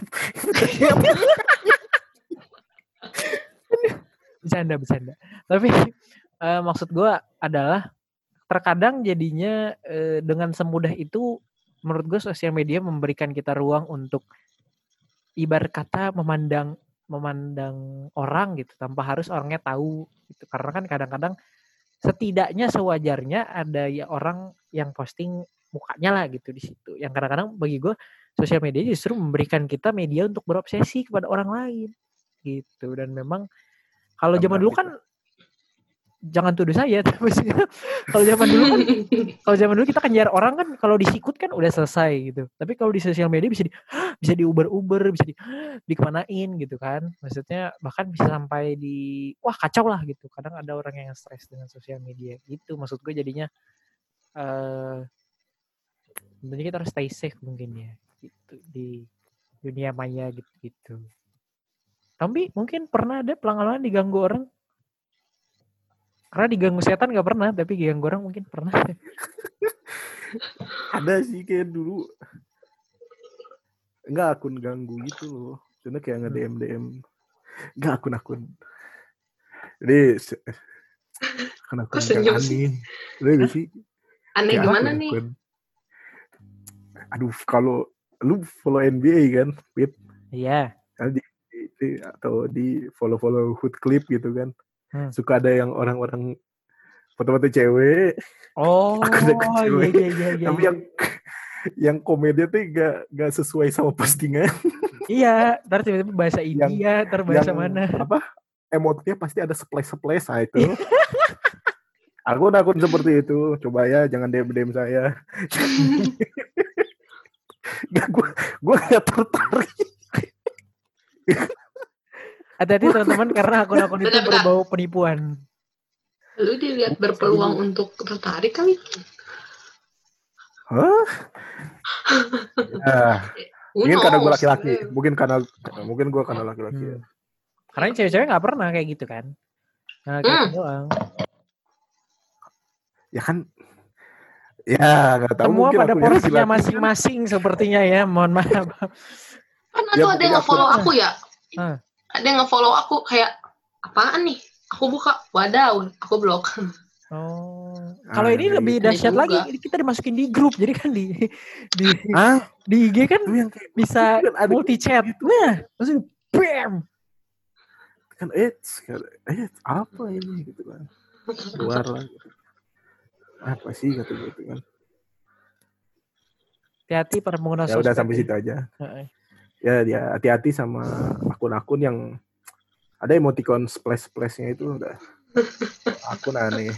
Bercanda. Tapi maksud gue adalah terkadang jadinya dengan semudah itu, menurut gue sosial media memberikan kita ruang untuk ibarat kata memandang orang gitu tanpa harus orangnya tahu gitu. Karena kan kadang-kadang setidaknya sewajarnya ada ya orang yang posting mukanya lah gitu di situ. Yang kadang-kadang bagi gue sosial media justru memberikan kita media untuk berobsesi kepada orang lain gitu. Dan memang kalau zaman dulu kan jangan tuduh saya, maksudnya kalau zaman dulu kita kan nyari orang kan kalau disikut kan udah selesai gitu. Tapi kalau di sosial media bisa diuber-uber, bisa dikemanain gitu kan. Maksudnya bahkan bisa sampai wah kacau lah gitu. Kadang ada orang yang stres dengan sosial media gitu. Maksud gue jadinya tentunya kita harus stay safe mungkin ya gitu di dunia maya gitu. Tapi mungkin pernah ada pengalaman diganggu orang? Karena diganggu setan gak pernah, tapi diganggu orang mungkin pernah. Ada sih kayak dulu. Enggak akun ganggu gitu loh. Cuma kayak nge-DM. Enggak akun. Jadi akun yang aneh. Udah gak sih? Aneh gimana nih? Aduh, kalau lu follow NBA kan, Pit? Iya. Atau di follow Hood Clip gitu kan. Suka ada yang orang-orang foto-foto cewek. Oh, iya. Tapi yang komedi tuh gak sesuai sama postingan. Iya, ntar tiba-tiba bahasa India, ntar bahasa mana. Apa? Emotnya pasti ada splash lah itu. Akun seperti itu. Coba ya, jangan DM saya. Gue gak tertarik. Hati-hati teman-teman, karena akun-akun itu berbau penipuan. Lu dilihat berpeluang untuk tertarik kali? Hah? Mungkin karena gue laki-laki. Mungkin gue karena laki-laki. Karena cewek-cewek nggak pernah kayak gitu kan? Nah, kayak gitu doang. Ya kan? Ya nggak tahu. Semua pada porsinya masing-masing sepertinya ya. Mohon maaf. Kan ada yang nge-follow aku ya. Ada yang nge-follow aku kayak apaan nih? Aku buka, wadaw, aku blok. Oh. Kalau ini lebih dahsyat lagi, kita dimasukin di grup, jadi kan di IG kan bisa multi chat. Nah, langsung bam. Kan apa ini gitu kan. Keluar lah. Apa sih kata gitu kan. Hati-hati para pengguna sosmed. Ya udah sampai situ aja. Ya dia hati-hati sama akun-akun yang ada emoticon splash-splashnya itu udah akun aneh.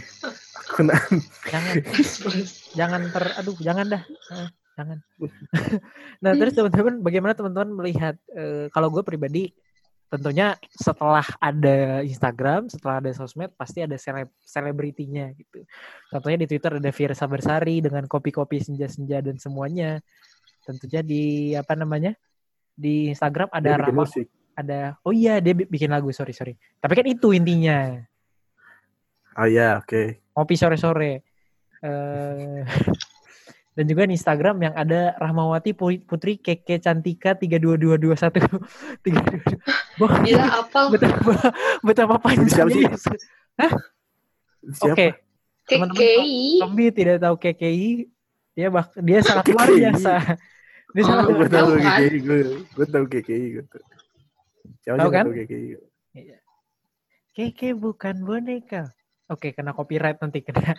Jangan jangan dah. Jangan. Nah, terus teman-teman, bagaimana teman-teman melihat kalau gue pribadi tentunya setelah ada Instagram, setelah ada sosmed, pasti ada selebritinya gitu. Contohnya di Twitter ada Fiersa Bersari dengan kopi-kopi senja-senja dan semuanya. Tentunya di di Instagram ada Rahma, ada dia bikin lagu, sorry. Tapi kan itu intinya. Oh iya, oke. Kopi sore-sore. Dan juga di Instagram yang ada Rahmawati Putri Keke Cantika 32221. 322. Gila apa? Betapa panjangnya. Hah? Oke. KKI. Tombi tidak tahu KKI. Dia sangat luar biasa. Dia sangat gue tahu KKI. Gue tahu KKI gitu. Tahu kan? KKI. Keke bukan boneka. Oke, kena copyright nanti kena.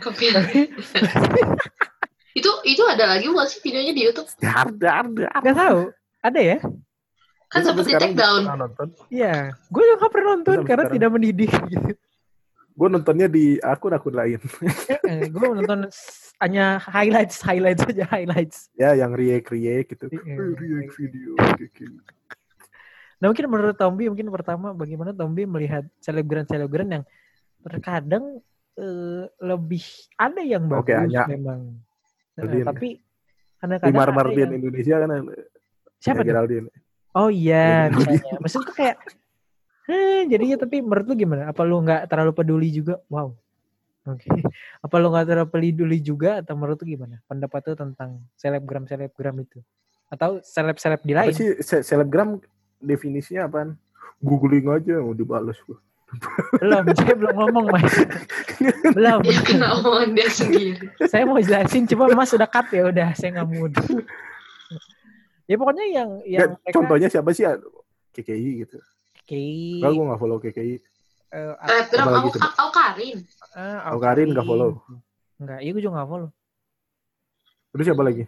Itu ada lagi bukan sih videonya di YouTube? Ada. Gak tahu. Ada ya? Kan sempat di take down. Iya, gue juga gak pernah nonton karena tidak mendidik gitu. Gue nontonnya di akun-akun lain. Gue nonton hanya highlights aja. Ya, yang react gitu. React video. Nah, mungkin menurut Tombi, pertama bagaimana Tombi melihat selebgram yang terkadang lebih ada yang bagus memang. Tapi kadang-kadang Martin Indonesia kan siapa Geraldine. Oh iya, misalnya. Maksudnya kayak jadinya, tapi menurut lu gimana? Apa lu nggak terlalu peduli juga? Wow. Oke. Apa lu nggak terlalu peduli juga, atau menurut lu gimana? Pendapat lu tentang selebgram itu? Atau seleb di lain? Apa sih selebgram definisinya apaan? Googling aja mau dibalas gua. Saya belum ngomong, Mas. Belum. Ya kena omongan dia sendiri. Saya mau jelasin, cuma Mas udah cut ya udah, saya nggak mood. Ya pokoknya yang mereka... Contohnya siapa sih? KKI gitu. KKI. Kalau gue nggak follow KKI. Karin. Karin nggak follow. Enggak, iya gue juga nggak follow. Terus siapa lagi?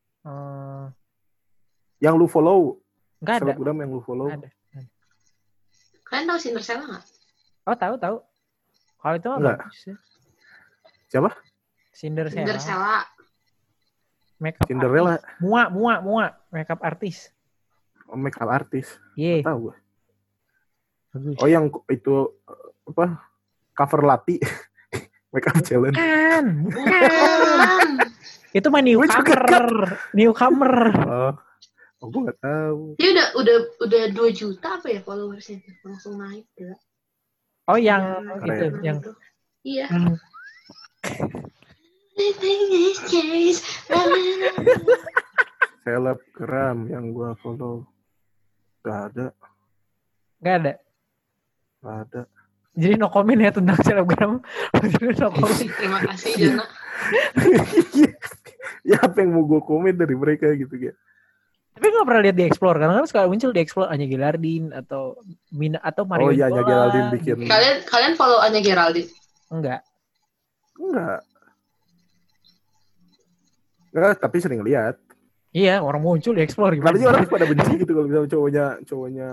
Yang lu follow? Nggak ada. Selebgram yang lu follow? Ada. Kalian tahu Cinderella nggak? Oh tahu. Kalau itu mah bagus ya. Siapa? Cinderella. Makeup Cinderella. Artis. Mua. Makeup artis. Oh, makeup artis. Iya. Tahu gue. Oh, yang itu apa? Cover Lati. Makeup challenge. Bukan. Itu mah newcomer. Oh, gue nggak tahu. Dia udah 2 juta apa ya followersnya, langsung naik gila. Oh, yang itu, yang itu. Iya. Selebgram yang gue follow gak ada. Jadi no comment ya tentang selebgram. No comment. Terima kasih Jana. Ya apa yang mau gue komen dari mereka gitu ya. Tapi gak pernah lihat di explore, karena kan sekarang muncul di explore Anya Geraldine atau Mario. Oh iya, Anya Geraldine bikin. Kalian follow Anya Geraldine? Enggak, tapi sering lihat. Iya, orang muncul di explore gimana? Nanti orang pada benci gitu kalau misalnya cowoknya.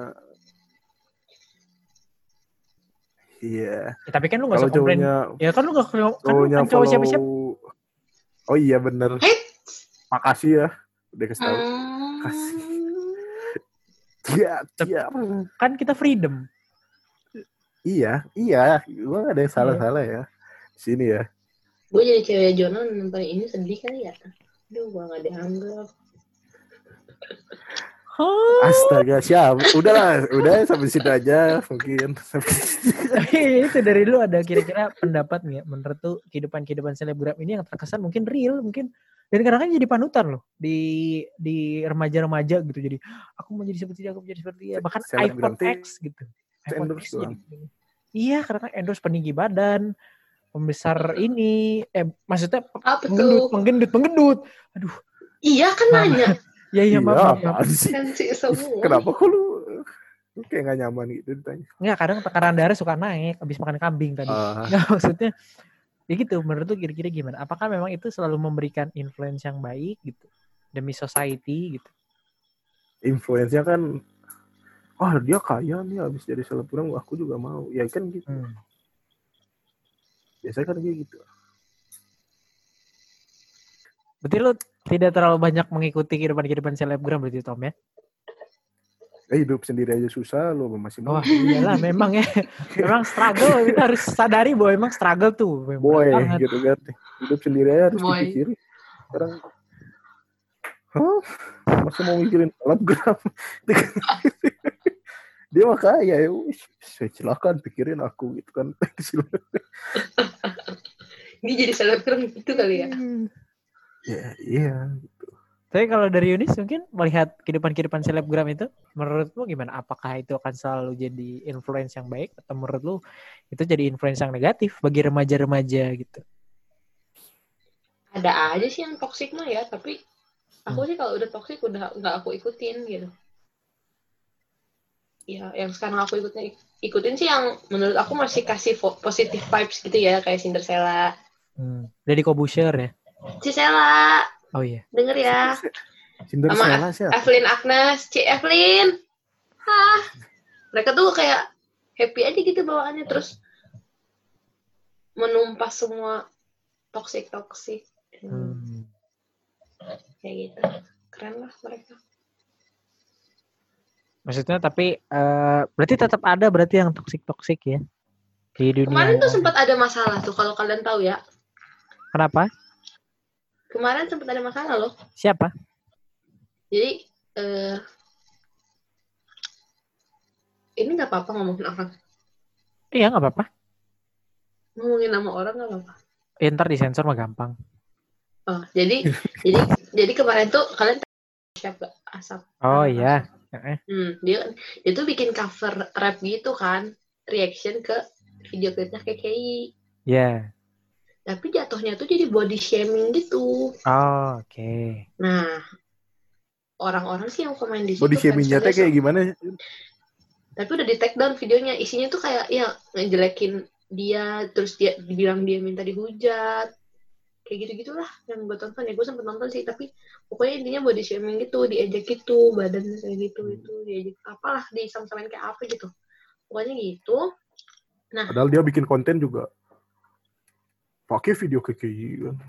Iya. Ya, tapi kan lu nggak usah komplain. Ya kan lu nggak kan cowok siapa-siapa. Oh iya bener. Makasih ya udah kasih tahu. Makasih. Iya. Kan kita freedom. Iya. Gue gak ada yang salah-salah ya. Sini ya. Gue jadi cewek Jono nonton ini sedih kali ya. Aduh, gue gak dianggap. Astaga, siap. Udah sampai situ aja mungkin. Itu dari lu ada kira-kira pendapat nggak menurut tuh kehidupan selebgram ini yang terkesan mungkin real, mungkin dan kadang-kadang jadi panutan loh di remaja-remaja gitu. Jadi aku mau jadi seperti dia, bahkan iPhone X gitu. Endorse doang. Iya, karena endorse peninggi badan, pembesar ini, maksudnya Apa penggendut. Aduh. Iya kan nanya. Iya, maaf. Sensi semua. Kenapa kok lu kayak gak nyaman gitu ditanya? Enggak, kadang tekanan darah suka naik habis makan kambing tadi. Nggak, maksudnya ya gitu, menurut lu kira-kira gimana? Apakah memang itu selalu memberikan influence yang baik gitu demi society gitu? Influence-nya kan, dia kaya nih habis jadi selebgram, aku juga mau. Ya kan gitu. Biasanya kan kayak gitu. Berarti lu tidak terlalu banyak mengikuti kehidupan selebgram berarti, Tom, ya? Hidup sendiri aja susah, lu masih mau. Wah, iyalah memang ya. Memang struggle, kita harus sadari bahwa emang struggle tuh. Boy, gitu kan. Hidup sendiri aja harus dipikirin. Sekarang, masa mau mikirin selebgram? Dia mah kaya ya, silakan pikirin aku gitu kan. Ini jadi selebgram gitu kali ya? Ya, iya gitu. Tapi kalau dari Yunis mungkin melihat kehidupan selebgram itu, menurutmu gimana? Apakah itu akan selalu jadi influence yang baik atau menurut lu itu jadi influence yang negatif bagi remaja-remaja gitu? Ada aja sih yang toksik mah ya, tapi aku sih kalau udah toksik udah nggak aku ikutin gitu. Ya, yang sekarang aku ikutin sih yang menurut aku masih kasih positive vibes gitu ya, kayak Cinderella. Deddy Corbuzier ya? Cisela. Oh iya. Denger ya. Cinderella siapa? Evelyn Agnes, Evelyn. Mereka tuh kayak happy aja gitu bawaannya, terus menumpas semua toksik. Kayak gitu. Keren lah mereka. Maksudnya tapi berarti tetap ada berarti yang toksik ya di dunia. Kemarin tuh sempat ada masalah tuh kalau kalian tahu ya. Kenapa? Kemarin sempat ada masalah loh. Siapa? Jadi ini nggak apa-apa ngomongin orang. Iya nggak apa-apa. Ngomongin nama orang nggak apa-apa. Ntar disensor mah gampang. Oh, jadi kemarin tuh kalian siapa Asap? Oh iya. Dia tuh bikin cover rap gitu kan, reaction ke video klipnya KKI. Iya. Yeah. Tapi jatuhnya tuh jadi body shaming gitu. Oh, oke. Nah, orang-orang sih yang komen di situ. Body shamingnya teh kayak gimana? Tapi udah di take down videonya, isinya tuh kayak ya ngejelekin dia, terus dia dibilang dia minta dihujat. Kayak gitu-gitulah yang gue tonton ya. Gue sempet nonton sih, tapi pokoknya intinya body shaming gitu, diejek gitu, badan kayak gitu, diejek apalah, disam-samain kayak apa gitu. Pokoknya gitu. Nah, padahal dia bikin konten juga pakai video KKI kan.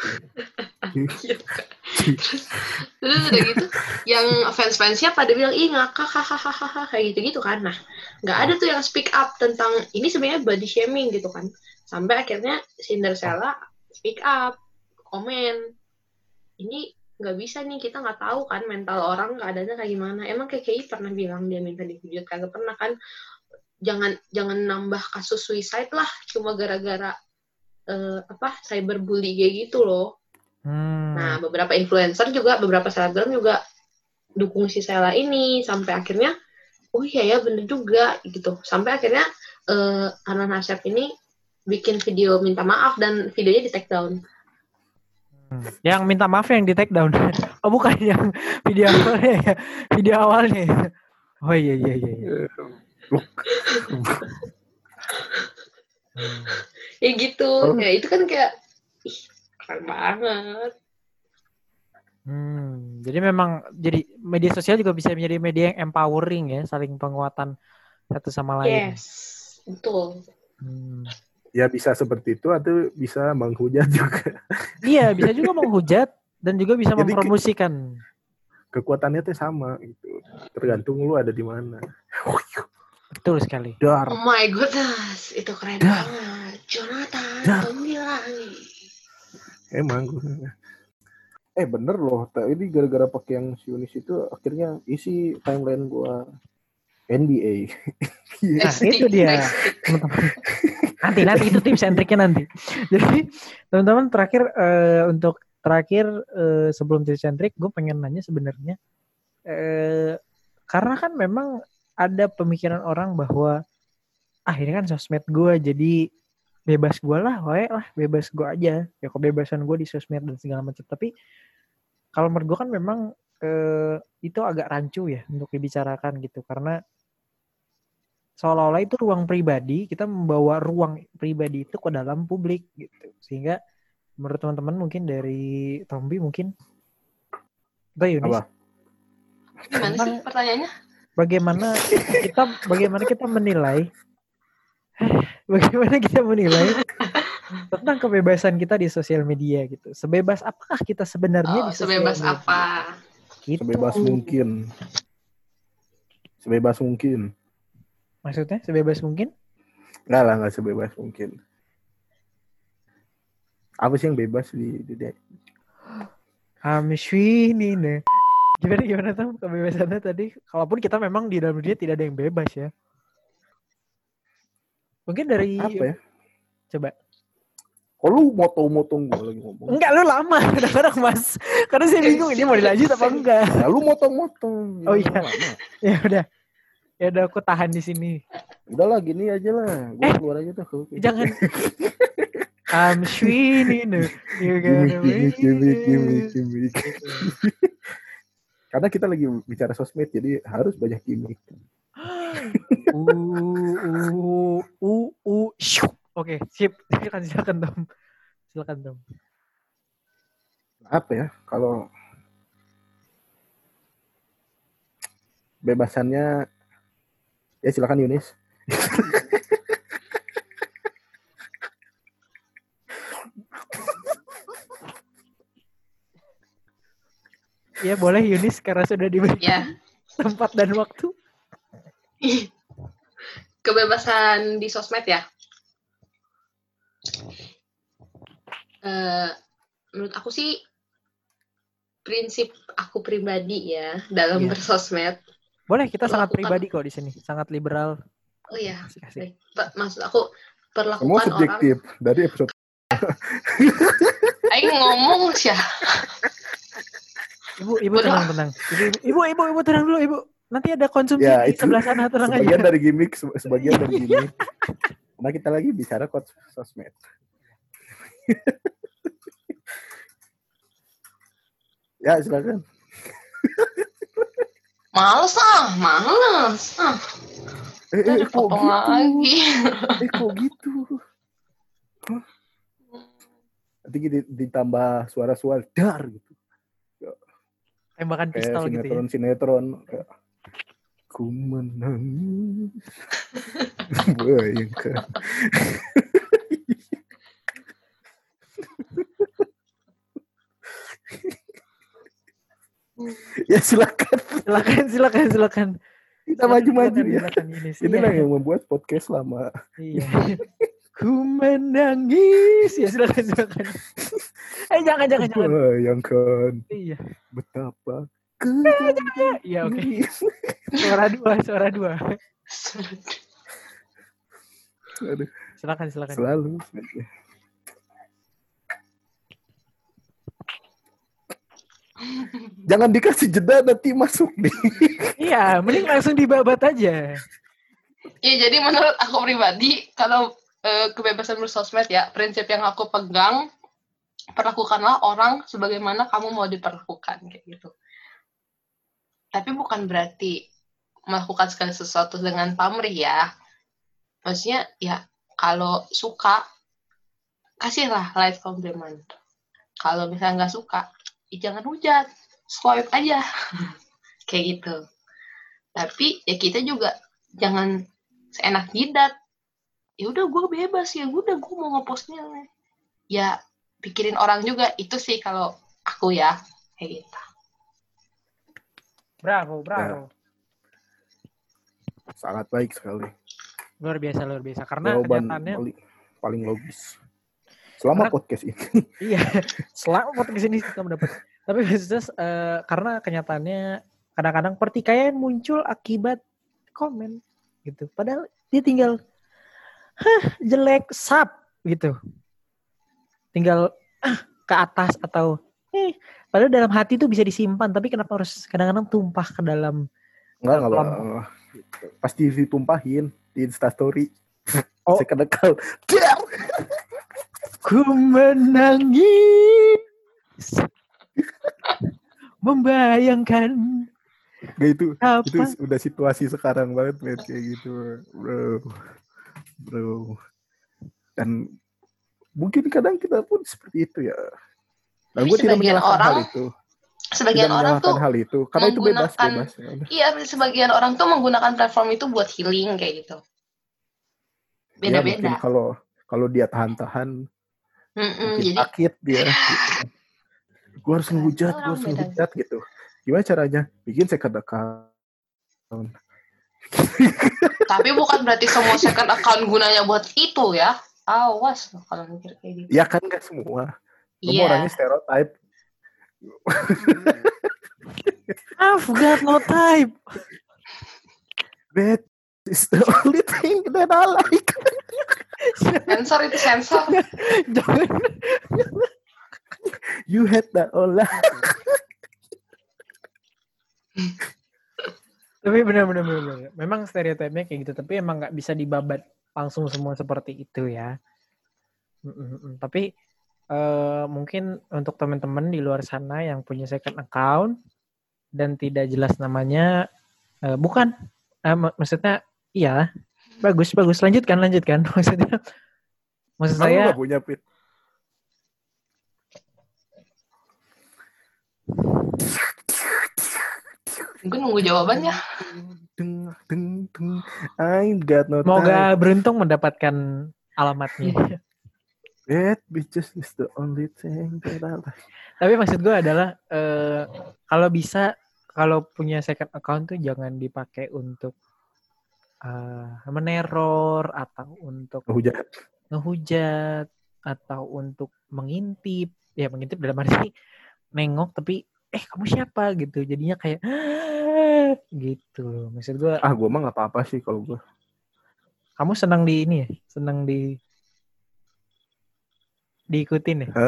Terus udah gitu, yang fans-fansnya pada bilang, ih ngakak, hahaha, kayak gitu-gitu kan. Nah, nggak ada tuh yang speak up tentang ini sebenarnya body shaming gitu kan. Sampai akhirnya Cinderella speak up, komen, ini nggak bisa nih, kita nggak tahu kan mental orang keadaannya kayak gimana. Emang KKI pernah bilang dia minta dihujat? Kagak pernah kan. Jangan nambah kasus suicide lah cuma gara-gara cyberbully kayak gitu loh. Nah, beberapa influencer juga, beberapa selebgram juga dukung si Sela ini sampai akhirnya oh iya ya bener juga gitu. Sampai akhirnya Anan Asep ini bikin video minta maaf dan videonya di take down. Yang minta maaf yang di take down. Oh bukan yang video awalnya ya. Video awalnya. Oh iya. Ya gitu. Ya itu kan kayak keren banget. Jadi memang jadi media sosial juga bisa menjadi media yang empowering ya, saling penguatan satu sama lain. Yes, betul. Ya bisa seperti itu atau bisa menghujat juga. Iya, bisa juga menghujat dan juga bisa mempromosikan. Kekuatannya tuh sama gitu. Tergantung lu ada di mana. Betul sekali. Oh my goodness, itu keren banget. Jonathan Tomilani. Emang bener loh, ini gara-gara pakai yang Sionis itu akhirnya isi timeline gua NBA. Nah, itu dia. Teman-teman. Nanti itu tips and triknya nanti. Jadi teman-teman terakhir sebelum tips and trik, gue pengen nanya sebenarnya karena kan memang ada pemikiran orang bahwa ini kan sosmed gue, jadi bebas gue lah, bebas gue aja. Ya kebebasan gue di sosmed dan segala macam. Tapi kalau menurut gue kan memang itu agak rancu ya untuk dibicarakan gitu. Karena seolah-olah itu ruang pribadi, kita membawa ruang pribadi itu ke dalam publik gitu. Sehingga menurut teman-teman mungkin dari Tombi mungkin atau Yunis. Gimana sih pertanyaannya? Bagaimana kita menilai tentang kebebasan kita di sosial media gitu. Sebebas apakah kita sebenarnya di sosial sebebas media? Apa? Gitu. Sebebas mungkin. Maksudnya sebebas mungkin? Enggak sebebas mungkin. Apa sih yang bebas di Amshwini nih. Gimana tuh kebebasannya tadi? Kalaupun kita memang di dalam dunia tidak ada yang bebas ya. Mungkin dari apa ya? Coba. Kok lu motong-motong gue lagi ngomong? Enggak, lu lama kadang-kadang Mas. Karena saya bingung ini mau dilanjut apa enggak. Ya lu motong-motong. Oh iya. Ya udah. Ya udah aku tahan di sini. Udahlah gini aja lah. Gue keluar aja tuh. Jangan. I'm swinging. Gimik. Karena kita lagi bicara sosmed, jadi harus banyak gimmick. Oke, sip. Silakan Tom. Apa ya? Kalau bebasannya, ya silakan Yunis. Ya boleh Yunis karena sudah diberi tempat dan waktu. Kebebasan di sosmed ya. Menurut aku sih prinsip aku pribadi ya dalam bersosmed. Boleh, kita sangat pribadi kok di sini, sangat liberal. Oh iya. Maksud aku perlakukan semua subjektif orang... dari episode. Aing ngomong sih. Ibu tenang. Ibu tenang dulu, Ibu. Nanti ada konsumsi ya, di sebelah sana, tenang aja. Sebagian dari gimmick. Karena kita lagi bicara sosmed. Ya, silakan. Males. Kok lagi. Kok gitu? Huh? Nanti ditambah suara-suara dar gitu. Tembakan pistol gitu ya. Sinetron. Ku menangis. Bayangkan. Ya silakan. Kita maju ya. Ini lah yang membuat podcast lama. Iya. Ku menangis. Ya silakan. Jangan. Bayangkan. Iya. Betapa Iya, oke. Suara dua. Aduh. Silakan. Selalu. Jangan dikasih jeda nanti masuk nih. Iya, mending langsung dibabat aja. Iya, jadi menurut aku pribadi kalau kebebasan bersosmed ya, prinsip yang aku pegang, perlakukanlah orang sebagaimana kamu mau diperlakukan kayak gitu. Tapi bukan berarti melakukan segala sesuatu dengan pamrih ya. Maksudnya ya kalau suka kasihlah like compliment. Kalau misalnya nggak suka, jangan hujat, swipe aja. Kayak gitu. Tapi ya kita juga jangan seenak jidat. Ya udah gue bebas ya, gue mau ngepostnya. Ya pikirin orang juga, itu sih kalau aku ya kayak gitu. Bravo. Ya. Sangat baik sekali. Luar biasa karena kenyataannya paling logis. Selama podcast ini. Iya, selama podcast ini kita mendapat. Tapi maksudnya karena kenyataannya kadang-kadang pertikaian muncul akibat komen gitu. Padahal dia tinggal jelek sap gitu. Tinggal ke atas atau padahal dalam hati tuh bisa disimpan, tapi kenapa harus kadang-kadang tumpah ke dalam? Enggak. Pasti ditumpahin di Instastory. second account. Ku menangis membayangkan. Gak itu udah situasi sekarang banget, men, kayak gitu, bro. Dan mungkin kadang kita pun seperti itu ya. Dan gue tidak menyalahkan hal itu. Sebagian orang tuh hal itu karena itu bebas. Iya, sebagian orang tuh menggunakan platform itu buat healing kayak gitu. Beda-beda. Ya, mungkin kalau dia tahan-tahan, mungkin sakit dia. Gitu. Gue harus ngehujat gitu. Gimana caranya? Bikin second account. Tapi bukan berarti semua second account gunanya buat itu ya. Awas kalau mikir kayak gitu. Ya kan nggak semua. Semua orangnya stereotype. I've got no type. That is the only thing that I like. Sensor itu sensor. Jangan. You had that all. Tapi benar. Memang stereotipnya kayak gitu. Tapi emang nggak bisa dibabat langsung semua seperti itu ya. Tapi mungkin untuk teman-teman di luar sana yang punya second account dan tidak jelas namanya, maksudnya iya, bagus, lanjutkan. Maksud saya nggak punya Pit. Gue nunggu jawabannya. I got no time. Semoga beruntung mendapatkan alamatnya. That bitches is the only thing that I like. Tapi maksud gue adalah kalau bisa, kalau punya second account tuh jangan dipakai untuk meneror atau untuk ngehujat atau untuk mengintip. Ya mengintip dalam arti nengok tapi kamu siapa gitu. Jadinya kayak gitu. Maksud gue. Gue mah nggak apa-apa sih kalau gue. Kamu senang di ini ya? Senang diikutin ya?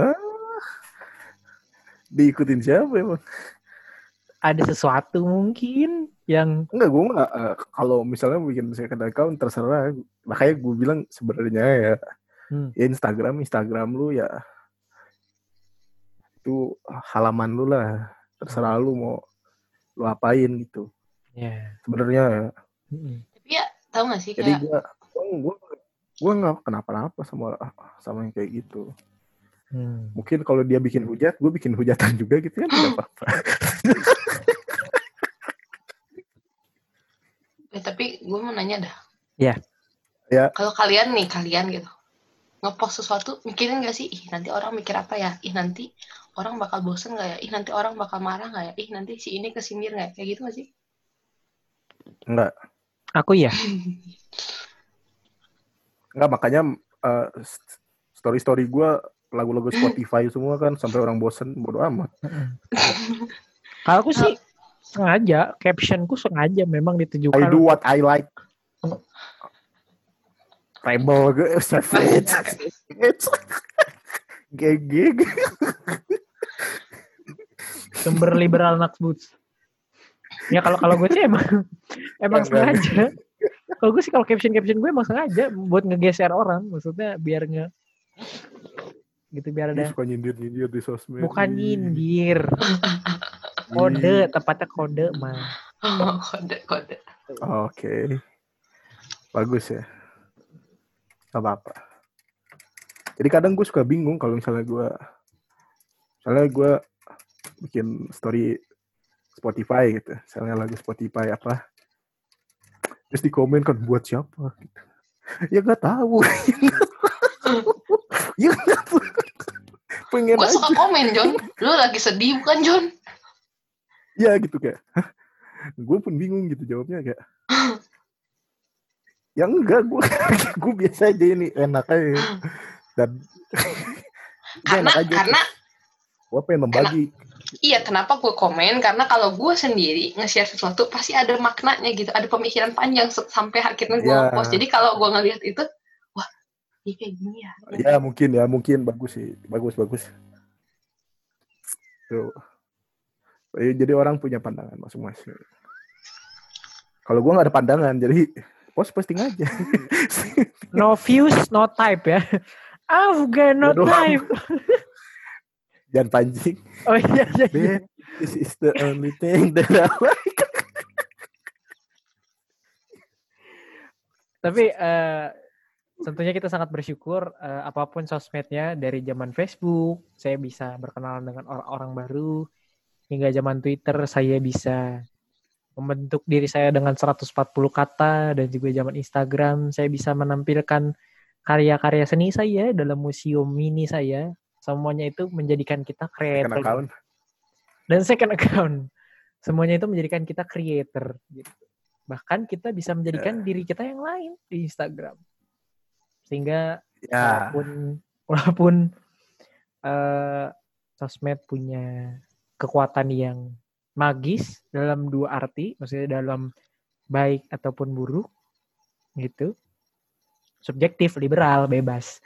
Diikutin siapa emang? Ada sesuatu mungkin yang... Enggak, gue nggak. Kalau misalnya bikin second account terserah. Makanya gue bilang sebenarnya ya, ya Instagram lu ya itu halaman lu lah. Terserah lu mau lu apain gitu. Yeah. Sebenarnya ya. Tapi ya tahu nggak sih jadi kayak... gue nggak kenapa-napa sama yang kayak gitu. Mungkin kalau dia bikin hujat, gue bikin hujatan juga gitu kan, tidak apa-apa. Tapi gue mau nanya dah. Ya. Kalau kalian gitu ngepost sesuatu, mikirin nggak sih? Nanti orang mikir apa ya? Nanti orang bakal bosen nggak ya? Nanti orang bakal marah nggak ya? Nanti si ini kesindir nggak? Kayak gitu nggak sih? Enggak. Aku ya. Enggak, makanya story gue lagu-lagu Spotify semua kan, sampai orang bosen, bodo amat. Kalau aku sih sengaja, captionku sengaja memang ditujukan. I do what I like. Rebel gue, savage. Gege. Sumber liberal Naksboots. Ya kalau gue sih emang sengaja. Kalau gue sih kalau caption gue emang sengaja buat ngegeser orang, maksudnya biar gitu, biar ada. Suka nyindir di sosmed. Bukan nyindir. Kode, tepatnya kode mah. Kode. Oke. Bagus ya. Gak apa-apa. Jadi kadang gue suka bingung kalau misalnya gue bikin story Spotify gitu. Misalnya lagu Spotify apa. Terus di komen kan buat siapa gitu. Ya gak tahu. Ya gak tahu. Pengen gue suka komen, John. Lu lagi sedih bukan, John? Ya gitu kayak. Gue pun bingung gitu jawabnya kayak. Ya enggak, gue biasa aja ini, enak aja. Dan karena gue pengen membagi. Iya, kenapa gue komen? Karena kalau gue sendiri nge-share sesuatu pasti ada maknanya gitu, ada pemikiran panjang sampai akhirnya gue nge-post. Jadi kalau gue ngelihat itu, wah, ini kayak gini ya. Ya mungkin bagus sih, bagus. Tuh. Jadi orang punya pandangan masing-masing. Kalau gue nggak ada pandangan, jadi posting aja. No views, no type ya. Afgan, no type. Jangan pancing. Oh iya. This is the only thing that I like. Tapi tentunya kita sangat bersyukur apapun sosmednya, dari zaman Facebook saya bisa berkenalan dengan orang-orang baru, hingga zaman Twitter saya bisa membentuk diri saya dengan 140 kata, dan juga zaman Instagram saya bisa menampilkan karya-karya seni saya dalam museum mini saya. Semuanya itu menjadikan kita creator. Dan second account. Semuanya itu menjadikan kita creator gitu. Bahkan kita bisa menjadikan diri kita yang lain di Instagram. Sehingga walaupun sosmed punya kekuatan yang magis dalam dua arti, maksudnya dalam baik ataupun buruk gitu. Subjektif, liberal, bebas.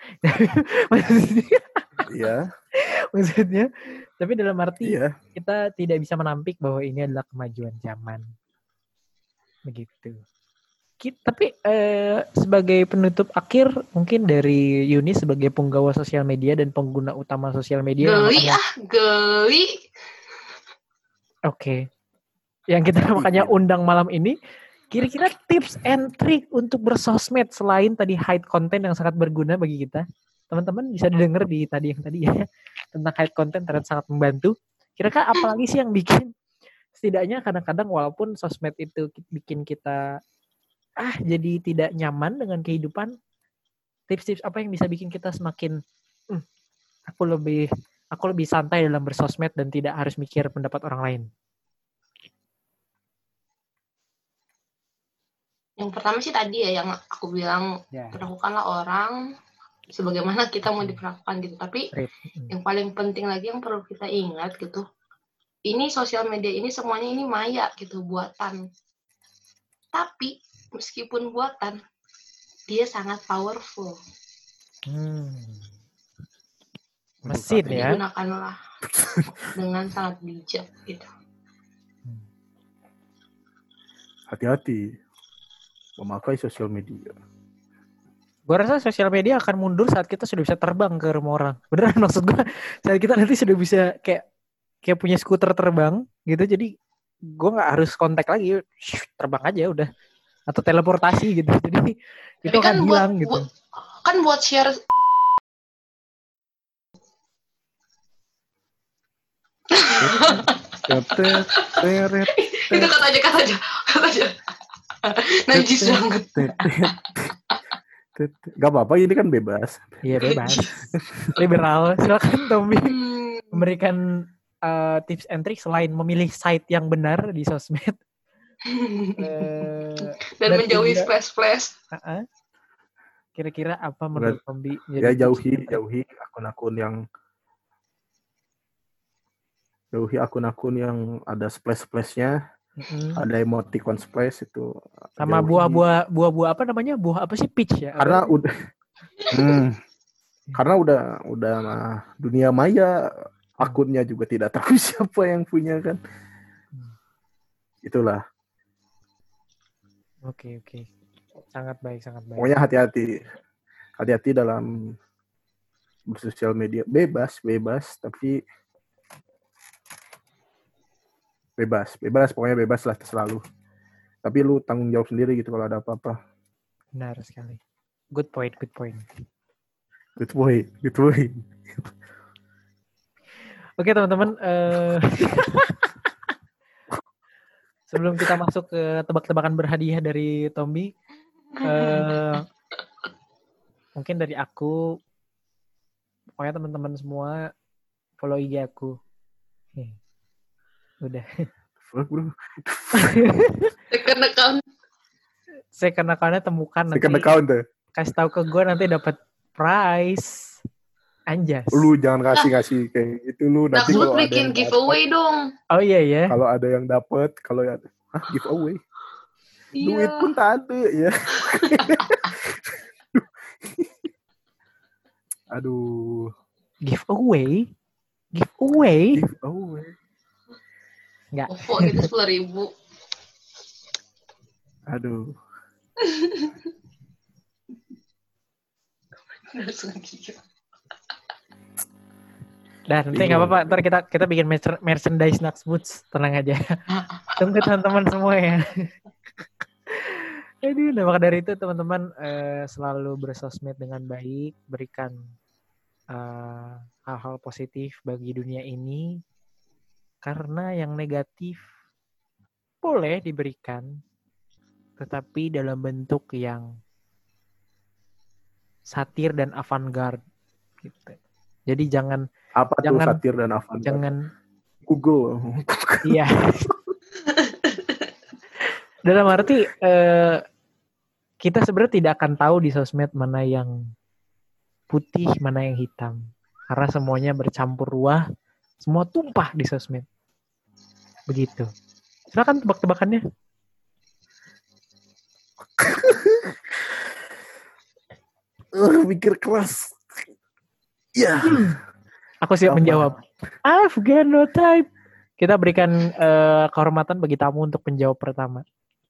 Iya. Maksudnya, tapi dalam arti kita tidak bisa menampik bahwa ini adalah kemajuan zaman. Begitu. Tapi sebagai penutup akhir, mungkin dari Yuni sebagai penggawa sosial media dan pengguna utama sosial media. Geli. Oke. Yang kita makanya undang malam ini, kira-kira tips and trick untuk bersosmed selain tadi hide content yang sangat berguna bagi kita. Teman-teman bisa didengar di tadi ya, tentang hide content ternyata sangat membantu. Kira-kira apa lagi sih yang bikin, setidaknya kadang-kadang walaupun sosmed itu bikin kita jadi tidak nyaman dengan kehidupan, tips-tips apa yang bisa bikin kita semakin aku lebih santai dalam bersosmed dan tidak harus mikir pendapat orang lain. Yang pertama sih tadi ya yang aku bilang, perlakukanlah orang sebagaimana kita mau diperlakukan gitu. Tapi yang paling penting lagi yang perlu kita ingat gitu, ini sosial media ini semuanya ini maya gitu, buatan. Tapi meskipun buatan, dia sangat powerful. Mesin ya. Digunakanlah dengan sangat bijak gitu. Hati-hati memakai sosial media. Gue rasa sosial media akan mundur saat kita sudah bisa terbang ke rumah orang. Beneran, maksud gue, saat kita nanti sudah bisa kayak punya skuter terbang gitu. Jadi gue nggak harus kontak lagi, terbang aja udah. Atau teleportasi gitu. Jadi itu akan hilang gitu. Kan buat share. Itu kata aja. Najis banget. Gak apa-apa, ini kan bebas. Iya, bebas. Liberal. Silakan Tommy memberikan tips and trick selain memilih site yang benar di sosmed. Dan menjauhi flash. Kira-kira apa menurut Tommy? Ya jauhi akun-akun yang ada splash-splashnya. Ada emoticon splash itu. Sama buah apa namanya? Buah apa sih, peach ya? Karena udah dunia maya, akunnya juga tidak tahu siapa yang punya kan. Itulah. Oke. Sangat baik. Pokoknya hati-hati dalam bersosial media. Bebas tapi bebas, pokoknya bebas lah selalu. Tapi lu tanggung jawab sendiri gitu kalau ada apa-apa. Benar sekali. Good point. Oke teman-teman, sebelum kita masuk ke tebak-tebakan berhadiah dari Tommy, mungkin dari aku, pokoknya teman-teman semua follow IG aku. Udah. Second account-nya temukan nanti. Second account tuh. Kasih tahu ke gue nanti dapat prize. Anjas. Lu jangan kasih kayak gitu lu nanti kalau ada bikin giveaway dong. Oh iya. Kalau ada yang dapat, giveaway. Iya. Duit pun tak ada ya. Aduh. Giveaway. Enggak. OVO gitu 10.000. Aduh. Dan nanti nggak apa-apa, ntar kita bikin merchandise Naksboots, tenang aja. Tunggu teman-teman semua ya. Aduh, nah maka dari itu teman-teman selalu bersosmed dengan baik, berikan hal-hal positif bagi dunia ini, karena yang negatif boleh diberikan, tetapi dalam bentuk yang satir dan avant-garde gitu. Jadi jangan tuh satir dan avant-garde? Jangan Google. Iya. Dalam arti kita sebenarnya tidak akan tahu di sosmed mana yang putih, mana yang hitam. Karena semuanya bercampur ruah, semua tumpah di sosmed. Begitu. Silakan tebak-tebakannya. Mikir keras. Ya. Aku siap menjawab. I've got no time. Kita berikan kehormatan bagi tamu untuk menjawab pertama.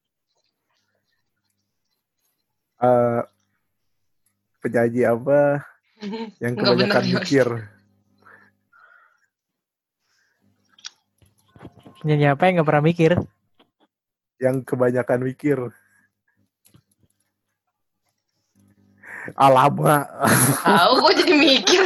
Penyanyi apa yang kebanyakan mikir? Penyanyi apa yang gak pernah mikir? Yang kebanyakan mikir. Lama. Tahu gue jadi mikir.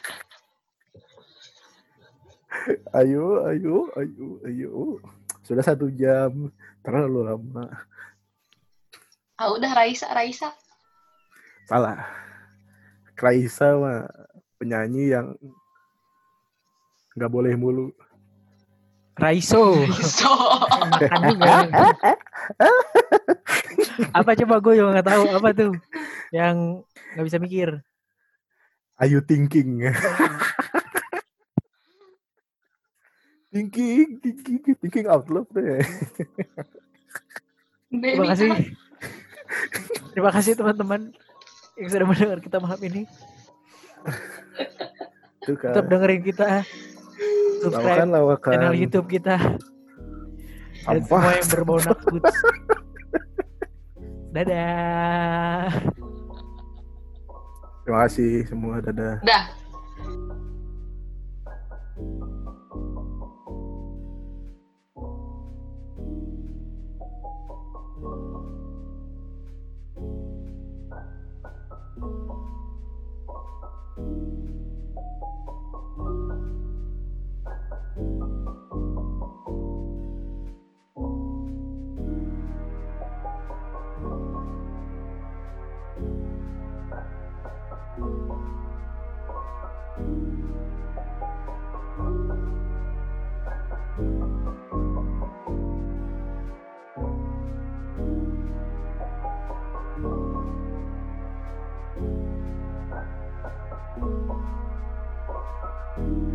Ayo. Sudah 1 jam. Terlalu lama. Udah Raisa. Salah. Raisa mah penyanyi yang nggak boleh mulu. Raiso. Makan juga. Apa coba, gue juga nggak tahu apa tuh yang nggak bisa mikir. Ayu thinking. thinking out loud deh. Terima kasih teman-teman yang sudah mendengar kita malam ini. Tetap dengerin kita. Subscribe channel YouTube kita. Dan semua yang berbau Naksboots. Dadah. Terima kasih semua. Dadah. Dah. Thank you.